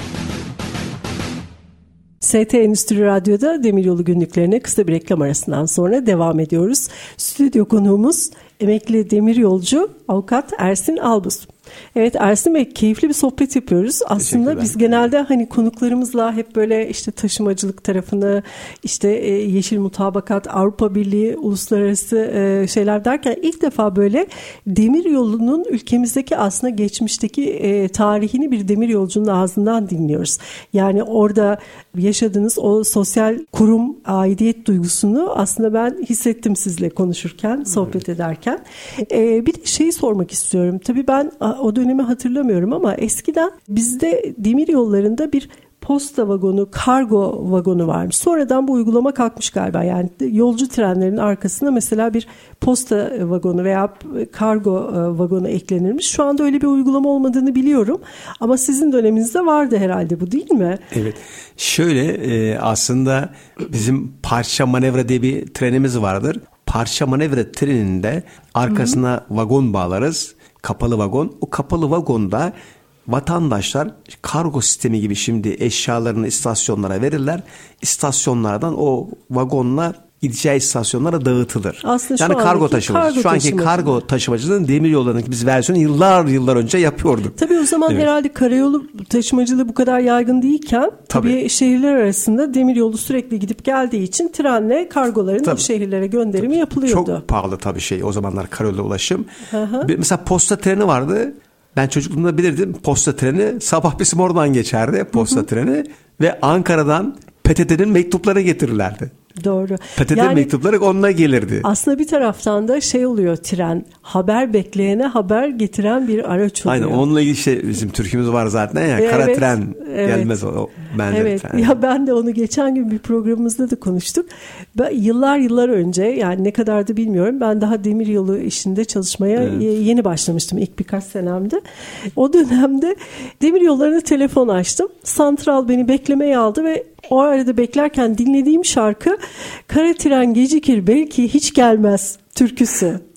S T Endüstri Radyo'da Demiryolu günlüklerine kısa bir reklam arasından sonra devam ediyoruz. Stüdyo konuğumuz emekli demiryolcu avukat Ersin Albus. Evet Ersin Bey, keyifli bir sohbet yapıyoruz. Aslında biz genelde hani konuklarımızla hep böyle işte taşımacılık tarafını, işte e, yeşil mutabakat, Avrupa Birliği, uluslararası e, şeyler derken ilk defa böyle demiryolunun ülkemizdeki aslında geçmişteki e, tarihini bir demiryolcunun ağzından dinliyoruz. Yani orada yaşadığınız o sosyal kurum aidiyet duygusunu aslında ben hissettim sizle konuşurken, sohbet ederken. E, bir de şeyi sormak istiyorum. Tabii ben o dönemi hatırlamıyorum ama eskiden bizde demir yollarında bir posta vagonu, kargo vagonu varmış. Sonradan bu uygulama kalkmış galiba. Yani yolcu trenlerin arkasına mesela bir posta vagonu veya kargo vagonu eklenirmiş. Şu anda öyle bir uygulama olmadığını biliyorum. Ama sizin döneminizde vardı herhalde bu, değil mi? Evet. Şöyle aslında bizim parça manevra diye bir trenimiz vardır. Parça manevra treninde arkasına Hı-hı. vagon bağlarız. Kapalı vagon. O kapalı vagonda vatandaşlar kargo sistemi gibi şimdi eşyalarını istasyonlara verirler. İstasyonlardan o vagonla gideceği istasyonlara dağıtılır. Aslında yani kargo taşımacılığı. Şu anki kargo taşımacılığının demiryollarındaki biz versiyonu yıllar yıllar önce yapıyorduk. Tabii o zaman evet. herhalde karayolu taşımacılığı bu kadar yaygın değilken tabii, tabii şehirler arasında demiryolu sürekli gidip geldiği için trenle kargoların tabii. o şehirlere gönderimi tabii. yapılıyordu. Çok pahalı tabii şey o zamanlar karayolu ulaşım. Bir, mesela posta treni vardı. Ben çocukluğumda bilirdim. Posta treni sabah bizim oradan geçerdi. Posta Hı-hı. treni ve Ankara'dan P T T'nin mektupları getirirlerdi. Doğru. P T T yani, mektupları onunla gelirdi. Aslında bir taraftan da şey oluyor, tren haber bekleyene haber getiren bir araç oluyor. Aynen, onunla ilgili işte bizim türkümüz var zaten ya, evet, kara tren evet. gelmez o benzer evet. tren. Ya ben de onu geçen gün bir programımızda da konuştuk. Ben, yıllar yıllar önce, yani ne kadardı bilmiyorum, ben daha demiryolu işinde çalışmaya evet. yeni başlamıştım ilk birkaç senemde. O dönemde demiryollarına telefon açtım. Santral beni beklemeye aldı ve o arada beklerken dinlediğim şarkı Kara Tren Gecikir Belki Hiç Gelmez türküsü.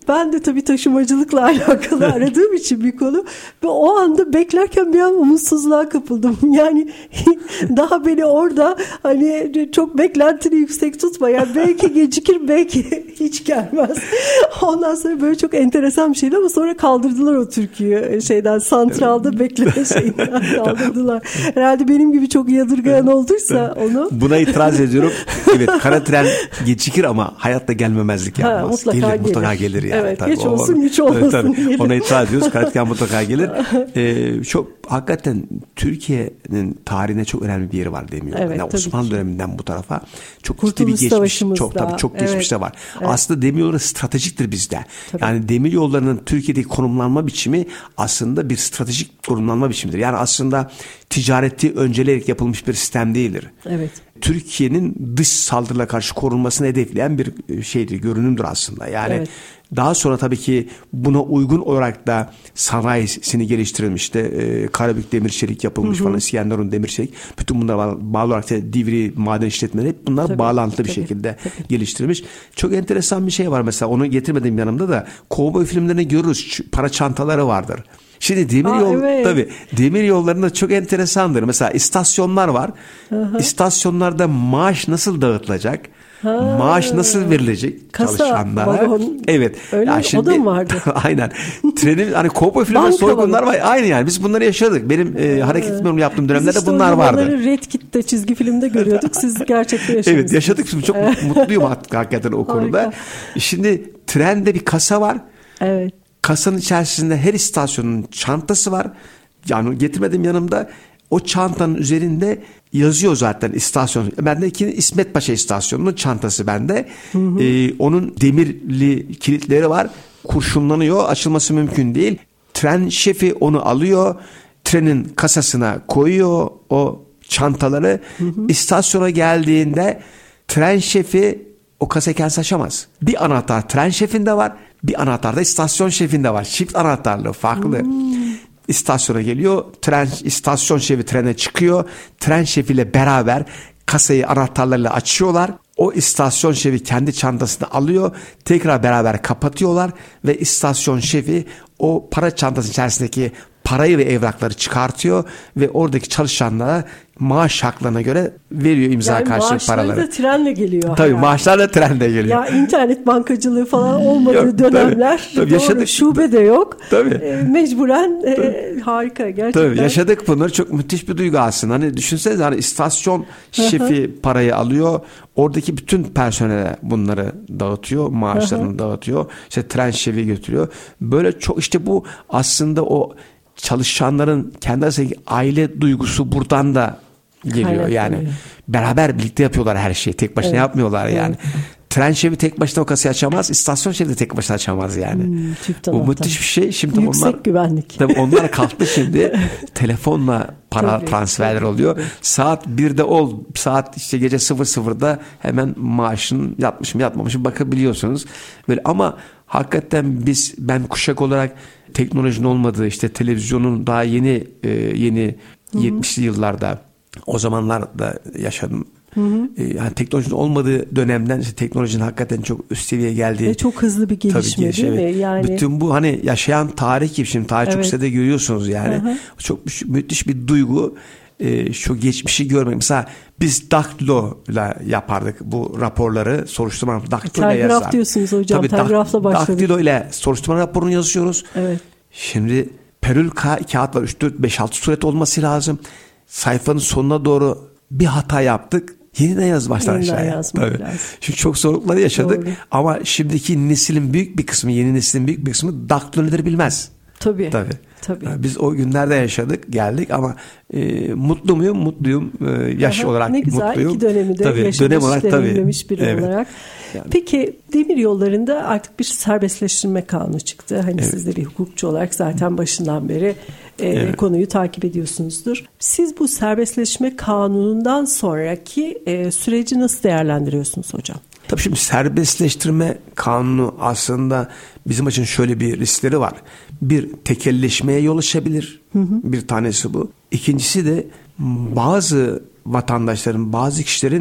Ben de tabii taşımacılıkla alakalı aradığım için bir konu ve o anda beklerken bir an umutsuzluğa kapıldım. Yani daha beni orada hani çok beklentini yüksek tutma. Yani belki gecikir, belki hiç gelmez. Ondan sonra böyle çok enteresan bir şeydi ama sonra kaldırdılar o türküyü şeyden, santralda bekleme şeyinden kaldırdılar. Herhalde benim gibi çok yadırgayan olduysa onu. Buna itiraz ediyorum. Evet, kara tren gecikir ama hayatta gelmemezlik yapmaz. Ha, mutlaka gelir, gelir. mutlaka gelir yani. Evet, tabii, geç o, olsun güç olmasın tabii, diyelim. ona itiraz ediyoruz. Kara tren mutlaka gelir. Ee, çok hakikaten Türkiye'nin tarihine çok önemli bir yeri var demiyorum. Evet, yani Osmanlı döneminden bu tarafa çok ciddi bir geçmiş, çok tabii çok evet, geçmişte var. Evet. Aslında demiryolları stratejiktir bizde. Tabii. Yani demiryollarının Türkiye'deki konumlanma biçimi aslında bir stratejik konumlanma biçimidir. Yani aslında ticareti önceleyerek yapılmış bir sistem değildir. Evet. Türkiye'nin dış saldırılara karşı korunmasını hedefleyen bir şeydir, görünümdür aslında. Yani evet. Daha sonra tabii ki buna uygun olarak da sanayisini geliştirilmişti. Ee, Karabük demir çelik yapılmış hı hı. falan, İskenderun demir çelik. Bütün bunlar bağlı olarak da Divri maden işletmeleri hep bunlar tabii, bağlantılı tabii, bir şekilde tabii. geliştirilmiş. Çok enteresan bir şey var mesela, onu getirmediğim yanımda da kovboy filmlerinde görürüz, para çantaları vardır. Şimdi demir Aa, yol evet. tabii demir yollarında çok enteresandır. Mesela istasyonlar var. Hı-hı. İstasyonlarda maaş nasıl dağıtılacak? Ha. Maaş nasıl verilecek Kasa, çalışanlara? Vagon. Evet. Öyle ya şimdi, o da mı vardı? Aynen. Trenin hani kovboy filmler soygunlar var. Aynı yani. Biz bunları yaşadık. Benim e, hareket etmem yaptığım dönemlerde işte bunlar vardı. Biz işte Red Kit'te çizgi filmde görüyorduk. Siz gerçekten yaşadınız. Evet, yaşadık. Şimdi çok mutluyum hakikaten o konuda. Harika. Şimdi trende bir kasa var. Evet. Kasanın içerisinde her istasyonun çantası var. Yani getirmedim yanımda. O çantanın üzerinde yazıyor zaten istasyon. Bendeki İsmet Paşa istasyonunun çantası bende. Hı hı. Ee, onun demirli kilitleri var. Kurşunlanıyor. Açılması mümkün değil. Tren şefi onu alıyor. Trenin kasasına koyuyor o çantaları. Hı hı. İstasyona geldiğinde tren şefi o kasayı kendisi açamaz. Bir anahtar tren şefinde var. Bir anahtar da istasyon şefinde var. Çift anahtarlı, farklı. Hmm. İstasyona geliyor. Tren, istasyon şefi trene çıkıyor. Tren şefiyle beraber kasayı anahtarlarıyla açıyorlar. O istasyon şefi kendi çantasını alıyor. Tekrar beraber kapatıyorlar. Ve istasyon şefi o para çantasının içerisindeki parayı ve evrakları çıkartıyor. Ve oradaki çalışanlara maaş haklarına göre veriyor imza yani karşılık paraları. Maaşlar da trenle geliyor. Tabii herhalde. Maaşlar da trenle geliyor. Ya internet bankacılığı falan olmadığı yok, dönemler. Tabii, tabii, yaşadık. Şube de yok. Tabii. E, mecburen tabii. E, harika gerçekten. Tabii yaşadık bunları. Çok müthiş bir duygu aslında. Hani düşünsenize, hani istasyon şefi parayı alıyor. Oradaki bütün personele bunları dağıtıyor. Maaşlarını dağıtıyor. İşte tren şefi götürüyor. Böyle çok işte bu aslında o çalışanların kendi arasındaki aile duygusu buradan da geliyor. Hayır, yani hayır. Beraber birlikte yapıyorlar her şeyi. Tek başına evet, yapmıyorlar yani. Evet. Tren şefi tek başına o kasayı açamaz. İstasyon şefi de tek başına açamaz yani. Hmm, bu müthiş bir şey. Şimdi yüksek onlar, güvenlik. Tabii onlar kalktı şimdi. Telefonla para tabii, transferler tabii, oluyor. Tabii. Saat birde ol, saat işte gece sıfır sıfırda hemen maaşın yatmış mı yatmamış mı bakabiliyorsunuz. Böyle ama hakikaten biz, ben kuşak olarak teknolojinin olmadığı, işte televizyonun daha yeni e, yeni Hı-hı. yetmişli yıllarda, o zamanlarda yaşadım. Hı hı. Yani teknolojinin olmadığı dönemden işte teknolojinin hakikaten çok üst seviyeye geldiği. Ve çok hızlı bir gelişme tabii, değil evet. mi? Yani... Bütün bu hani yaşayan tarih gibi, şimdi tarih evet. çok sitede görüyorsunuz yani. Hı hı. Çok müthiş bir duygu. Ee, şu geçmişi görmek. Mesela biz daktiloyla yapardık bu raporları, soruşturma daktilo ile yazar. Telgraf diyorsunuz hocam. Tabii, telgrafla başladık. Daktilo ile soruşturma raporunu yazıyoruz. Evet. Şimdi perül ka- kağıt var. üç dört beş altı suret olması lazım. Sayfanın sonuna doğru bir hata yaptık. Yeniden yaz başlar aşağıya. Çünkü çok zorlukları yaşadık. Doğru. Ama şimdiki neslin büyük bir kısmı, yeni neslin büyük bir kısmı daktilo nedir bilmez. Tabii. Tabii. Tabii. Biz o günlerde yaşadık, geldik ama e, mutlu muyum? Mutluyum. E, yaş Aha, olarak ne güzel, mutluyum. İki dönemi de tabii, yaşamış, dönem olarak, deneyimlemiş tabii. biri evet. olarak. Yani. Peki demir yollarında artık bir serbestleştirme kanunu çıktı. Hani evet. siz de bir hukukçu olarak zaten başından beri e, evet. konuyu takip ediyorsunuzdur. Siz bu serbestleşme kanunundan sonraki e, süreci nasıl değerlendiriyorsunuz hocam? Tabii şimdi serbestleştirme kanunu aslında bizim için şöyle bir riskleri var. Bir, tekelleşmeye yol açabilir. Hı hı. Bir tanesi bu. İkincisi de bazı vatandaşların, bazı kişilerin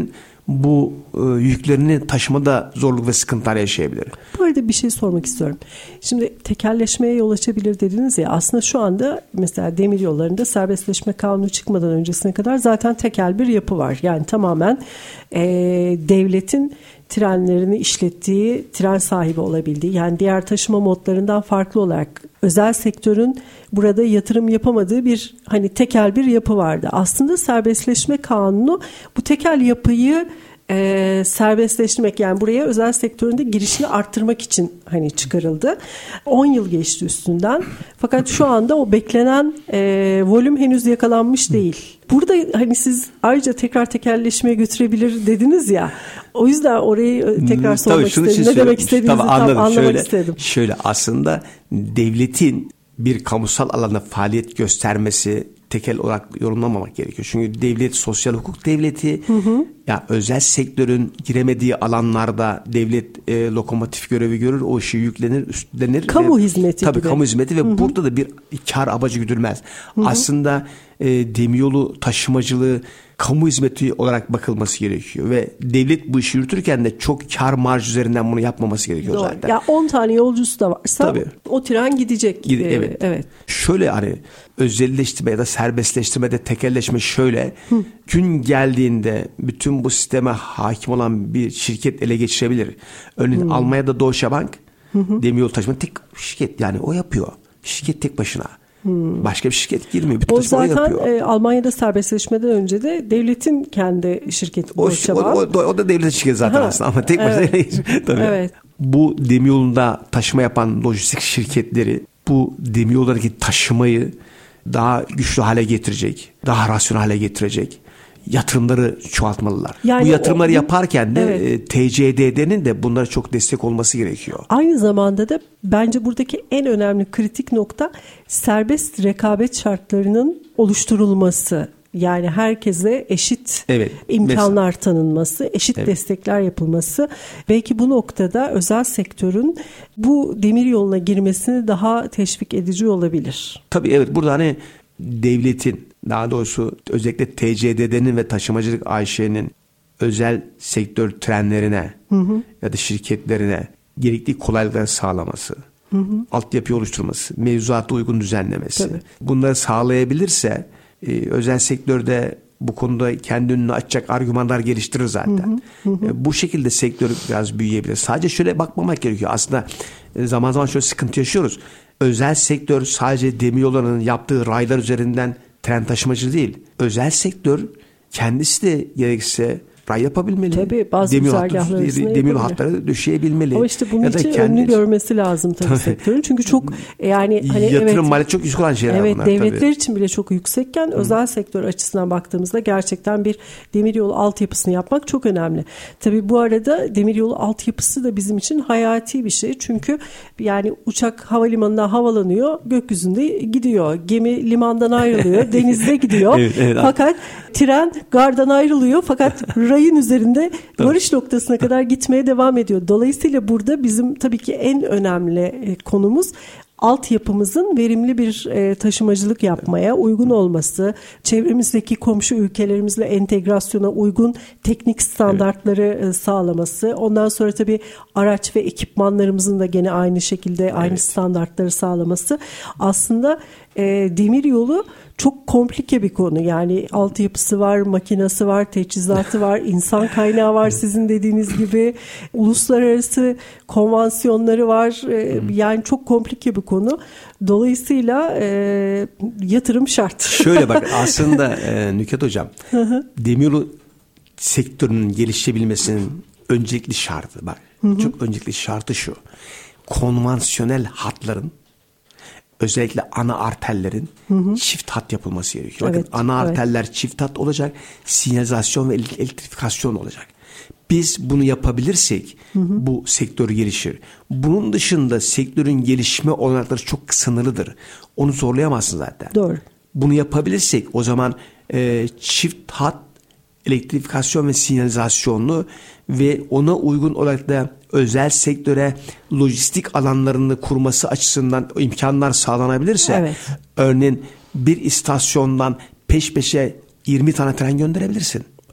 bu e, yüklerini taşımada zorluk ve sıkıntılar yaşayabilir. Bu arada bir şey sormak istiyorum. Şimdi tekelleşmeye yol açabilir dediniz ya, aslında şu anda mesela demir yollarında serbestleşme kanunu çıkmadan öncesine kadar zaten tekel bir yapı var. Yani tamamen e, devletin trenlerini işlettiği, tren sahibi olabildiği, yani diğer taşıma modlarından farklı olarak özel sektörün burada yatırım yapamadığı bir hani tekel bir yapı vardı. Aslında serbestleşme kanunu bu tekel yapıyı e, serbestleştirmek, yani buraya özel sektöründe girişini arttırmak için hani çıkarıldı. on yıl geçti üstünden. Fakat şu anda o beklenen e, volüm henüz yakalanmış değil. Burada hani siz ayrıca tekrar tekelleşmeye götürebilir dediniz ya. O yüzden orayı tekrar sormak tabii, istedim. Ne söyle, demek istediğinizi tabii, tam anladım. anlamak şöyle, istedim. Şöyle aslında devletin bir kamusal alanda faaliyet göstermesi tekel olarak yorumlamamak gerekiyor. Çünkü devlet sosyal hukuk devleti. Hı hı. Ya özel sektörün giremediği alanlarda devlet e, lokomotif görevi görür, o işi yüklenir, üstlenir. Kamu ve, hizmeti tabii gibi. kamu hizmeti ve hı hı. burada da bir kar amacı güdülmez. Hı hı. Aslında e, demiryolu taşımacılığı kamu hizmeti olarak bakılması gerekiyor ve devlet bu işi yürütürken de çok kar marj üzerinden bunu yapmaması gerekiyor. Doğru. Zaten. Ya on tane yolcusu da varsa tabii. O tren gidecek. Gide, ee, evet. evet. Şöyle hani özelleştirme ya da serbestleştirmede tekelleşme şöyle. Hı. Gün geldiğinde bütün bu sisteme hakim olan bir şirket ele geçirebilir. Örneğin hı. Almanya'da Deutsche Bank demiryolu taşıma tek şirket, yani o yapıyor. Şirket tek başına. Hmm. Başka bir şirket girmiyor. O zaten e, Almanya'da serbestleşmeden önce de devletin kendi şirketi o, Deutsche o, Bank. O, o da devlet şirketi zaten ha. aslında ama tek evet. başına. Tabii. Evet. Bu demiryolunda taşıma yapan lojistik şirketleri bu demiryollarındaki taşımayı daha güçlü hale getirecek, daha rasyonel hale getirecek yatırımları çoğaltmalılar. Yani bu yatırımları o, yaparken de evet. T C D D'nin de bunlara çok destek olması gerekiyor. Aynı zamanda da bence buradaki en önemli kritik nokta serbest rekabet şartlarının oluşturulması. Yani herkese eşit evet, imkanlar mesela. tanınması, eşit evet. destekler yapılması. Belki bu noktada özel sektörün bu demir yoluna girmesini daha teşvik edici olabilir. Tabii evet, burada hani devletin, daha doğrusu özellikle T C D D'nin ve Taşımacılık A Ş'nin özel sektör trenlerine hı hı. ya da şirketlerine gerekli kolaylıkları sağlaması, hı hı. altyapı oluşturması, mevzuata uygun düzenlemesi. Tabii. Bunları sağlayabilirse e, özel sektörde bu konuda kendi önünü açacak argümanlar geliştirir zaten. Hı hı hı. E, bu şekilde sektör biraz büyüyebilir. Sadece şöyle bakmamak gerekiyor. Aslında e, zaman zaman şöyle sıkıntı yaşıyoruz. Özel sektör sadece demiryollarının yaptığı raylar üzerinden tren taşımacı değil. Özel sektör kendisi de gerekirse ray yapabilmeli. Tabii bazı güzergahlar arasında demir hatları döşeyebilmeli. Ama işte bunun ya için kendi... önünü görmesi lazım tabii, tabii. sektörün. Çünkü çok yani hani yatırım evet, maliyeti çok yüksek olan şeyler evet, bunlar. Evet devletler tabii. için bile çok yüksekken Hı. özel sektör açısından baktığımızda gerçekten bir demiryolu altyapısını yapmak çok önemli. Tabii bu arada demiryolu altyapısı da bizim için hayati bir şey. Çünkü yani uçak havalimanından havalanıyor, gökyüzünde gidiyor. Gemi limandan ayrılıyor, denizde gidiyor. evet, evet, fakat tren gardan ayrılıyor fakat rayın üzerinde varış noktasına kadar gitmeye devam ediyor. Dolayısıyla burada bizim tabii ki en önemli konumuz altyapımızın verimli bir e, taşımacılık yapmaya uygun olması, çevremizdeki komşu ülkelerimizle entegrasyona uygun teknik standartları evet. e, sağlaması. Ondan sonra tabii araç ve ekipmanlarımızın da gene aynı şekilde evet. aynı standartları sağlaması. Aslında e, demiryolu çok komplike bir konu. Yani altyapısı var, makinası var, teçhizatı var, insan kaynağı var sizin dediğiniz gibi. Uluslararası konvansiyonları var. Ee, yani çok komplike bir konu. Dolayısıyla e, yatırım şart. Şöyle bak aslında e, Nükhet Hocam, demiryolu sektörünün gelişebilmesinin öncelikli şartı bak. Çok öncelikli şartı şu. Konvansiyonel hatların, özellikle ana arterlerin hı hı. çift hat yapılması gerekiyor. Evet, Bakın ana evet. arterler çift hat olacak, sinyalizasyon ve elektrifikasyon olacak. Biz bunu yapabilirsek hı hı. bu sektör gelişir. Bunun dışında sektörün gelişme olanakları çok sınırlıdır. Onu zorlayamazsın zaten. Doğru. Bunu yapabilirsek o zaman e, çift hat elektrifikasyon ve sinyalizasyonlu ve ona uygun olarak da özel sektöre lojistik alanlarını kurması açısından imkanlar sağlanabilirse evet. örneğin bir istasyondan peş peşe yirmi tane tren gönderebilirsin.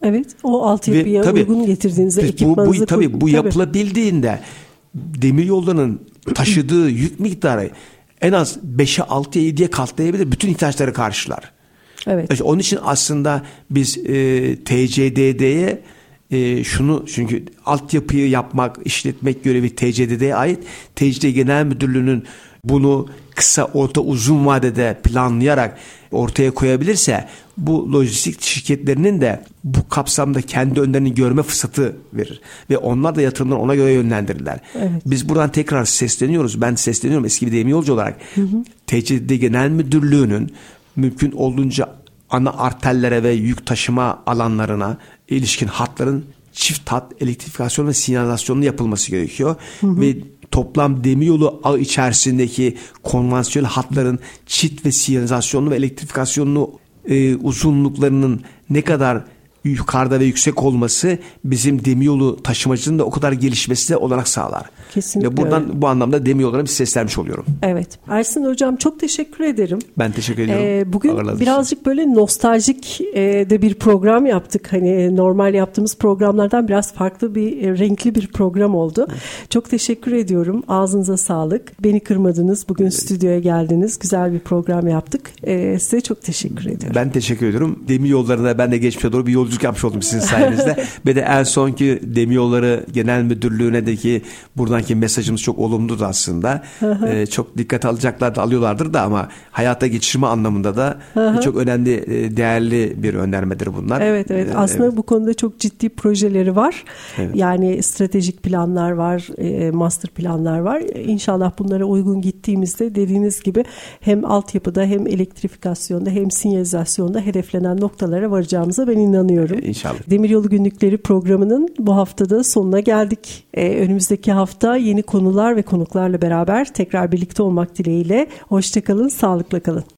Evet, o altyapıya Ve, tabii, uygun getirdiğinizde bu, ekipmanınızı... bu, tabii bu tabii. yapılabildiğinde demiryollarının taşıdığı yük miktarı en az beşe altıya yediye katlayabilir. Bütün ihtiyaçları karşılar. Evet. İşte onun için aslında biz e, T C D D'ye e, şunu, çünkü altyapıyı yapmak, işletmek görevi T C D D'ye ait. T C D Genel Müdürlüğü'nün bunu kısa, orta, uzun vadede planlayarak ortaya koyabilirse bu lojistik şirketlerinin de bu kapsamda kendi önlerini görme fırsatı verir. Ve onlar da yatırımları ona göre yönlendirirler. Evet. Biz buradan tekrar sesleniyoruz. Ben sesleniyorum eski bir demiryolcu olarak. Hı hı. T C D D Genel Müdürlüğü'nün mümkün olduğunca ana arterlere ve yük taşıma alanlarına ilişkin hatların çift hat elektrifikasyon ve sinyalizasyonun yapılması gerekiyor. Hı hı. Ve toplam demiryolu ağ içerisindeki konvansiyonel hatların çift ve sinyalizasyonlu ve elektrifikasyonlu e, uzunluklarının ne kadar yukarıda ve yüksek olması bizim demiryolu taşımacılığının da o kadar gelişmesine olanak sağlar. Kesinlikle. Ve buradan öyle. Bu anlamda demiryollarına bir seslenmiş oluyorum. Evet. Ersin Hocam çok teşekkür ederim. Ben teşekkür ediyorum. Ee, bugün birazcık için. böyle nostaljik e, de bir program yaptık. Hani normal yaptığımız programlardan biraz farklı bir e, renkli bir program oldu. Evet. Çok teşekkür ediyorum. Ağzınıza sağlık. Beni kırmadınız. Bugün evet. stüdyoya geldiniz. Güzel bir program yaptık. E, size çok teşekkür ediyorum. Ben teşekkür ediyorum. Demiryollarına ben de geçmişe doğru bir yolculuk yapmış oldum sizin sayenizde. Ve de en sonki Demiryolları Genel Müdürlüğü'ndeki buradan ki mesajımız çok olumludur aslında. ee, çok dikkate alacaklar da alıyorlardır da ama hayata geçirme anlamında da çok önemli, değerli bir önermedir bunlar. Evet evet. Ee, aslında evet. bu konuda çok ciddi projeleri var. Evet. Yani stratejik planlar var, master planlar var. İnşallah bunlara uygun gittiğimizde dediğiniz gibi hem altyapıda hem elektrifikasyonda hem sinyalizasyonda hedeflenen noktalara varacağımıza ben inanıyorum. İnşallah. Demiryolu Günlükleri programının bu haftada sonuna geldik. Ee, önümüzdeki hafta yeni konular ve konuklarla beraber tekrar birlikte olmak dileğiyle. Hoşça kalın, sağlıkla kalın.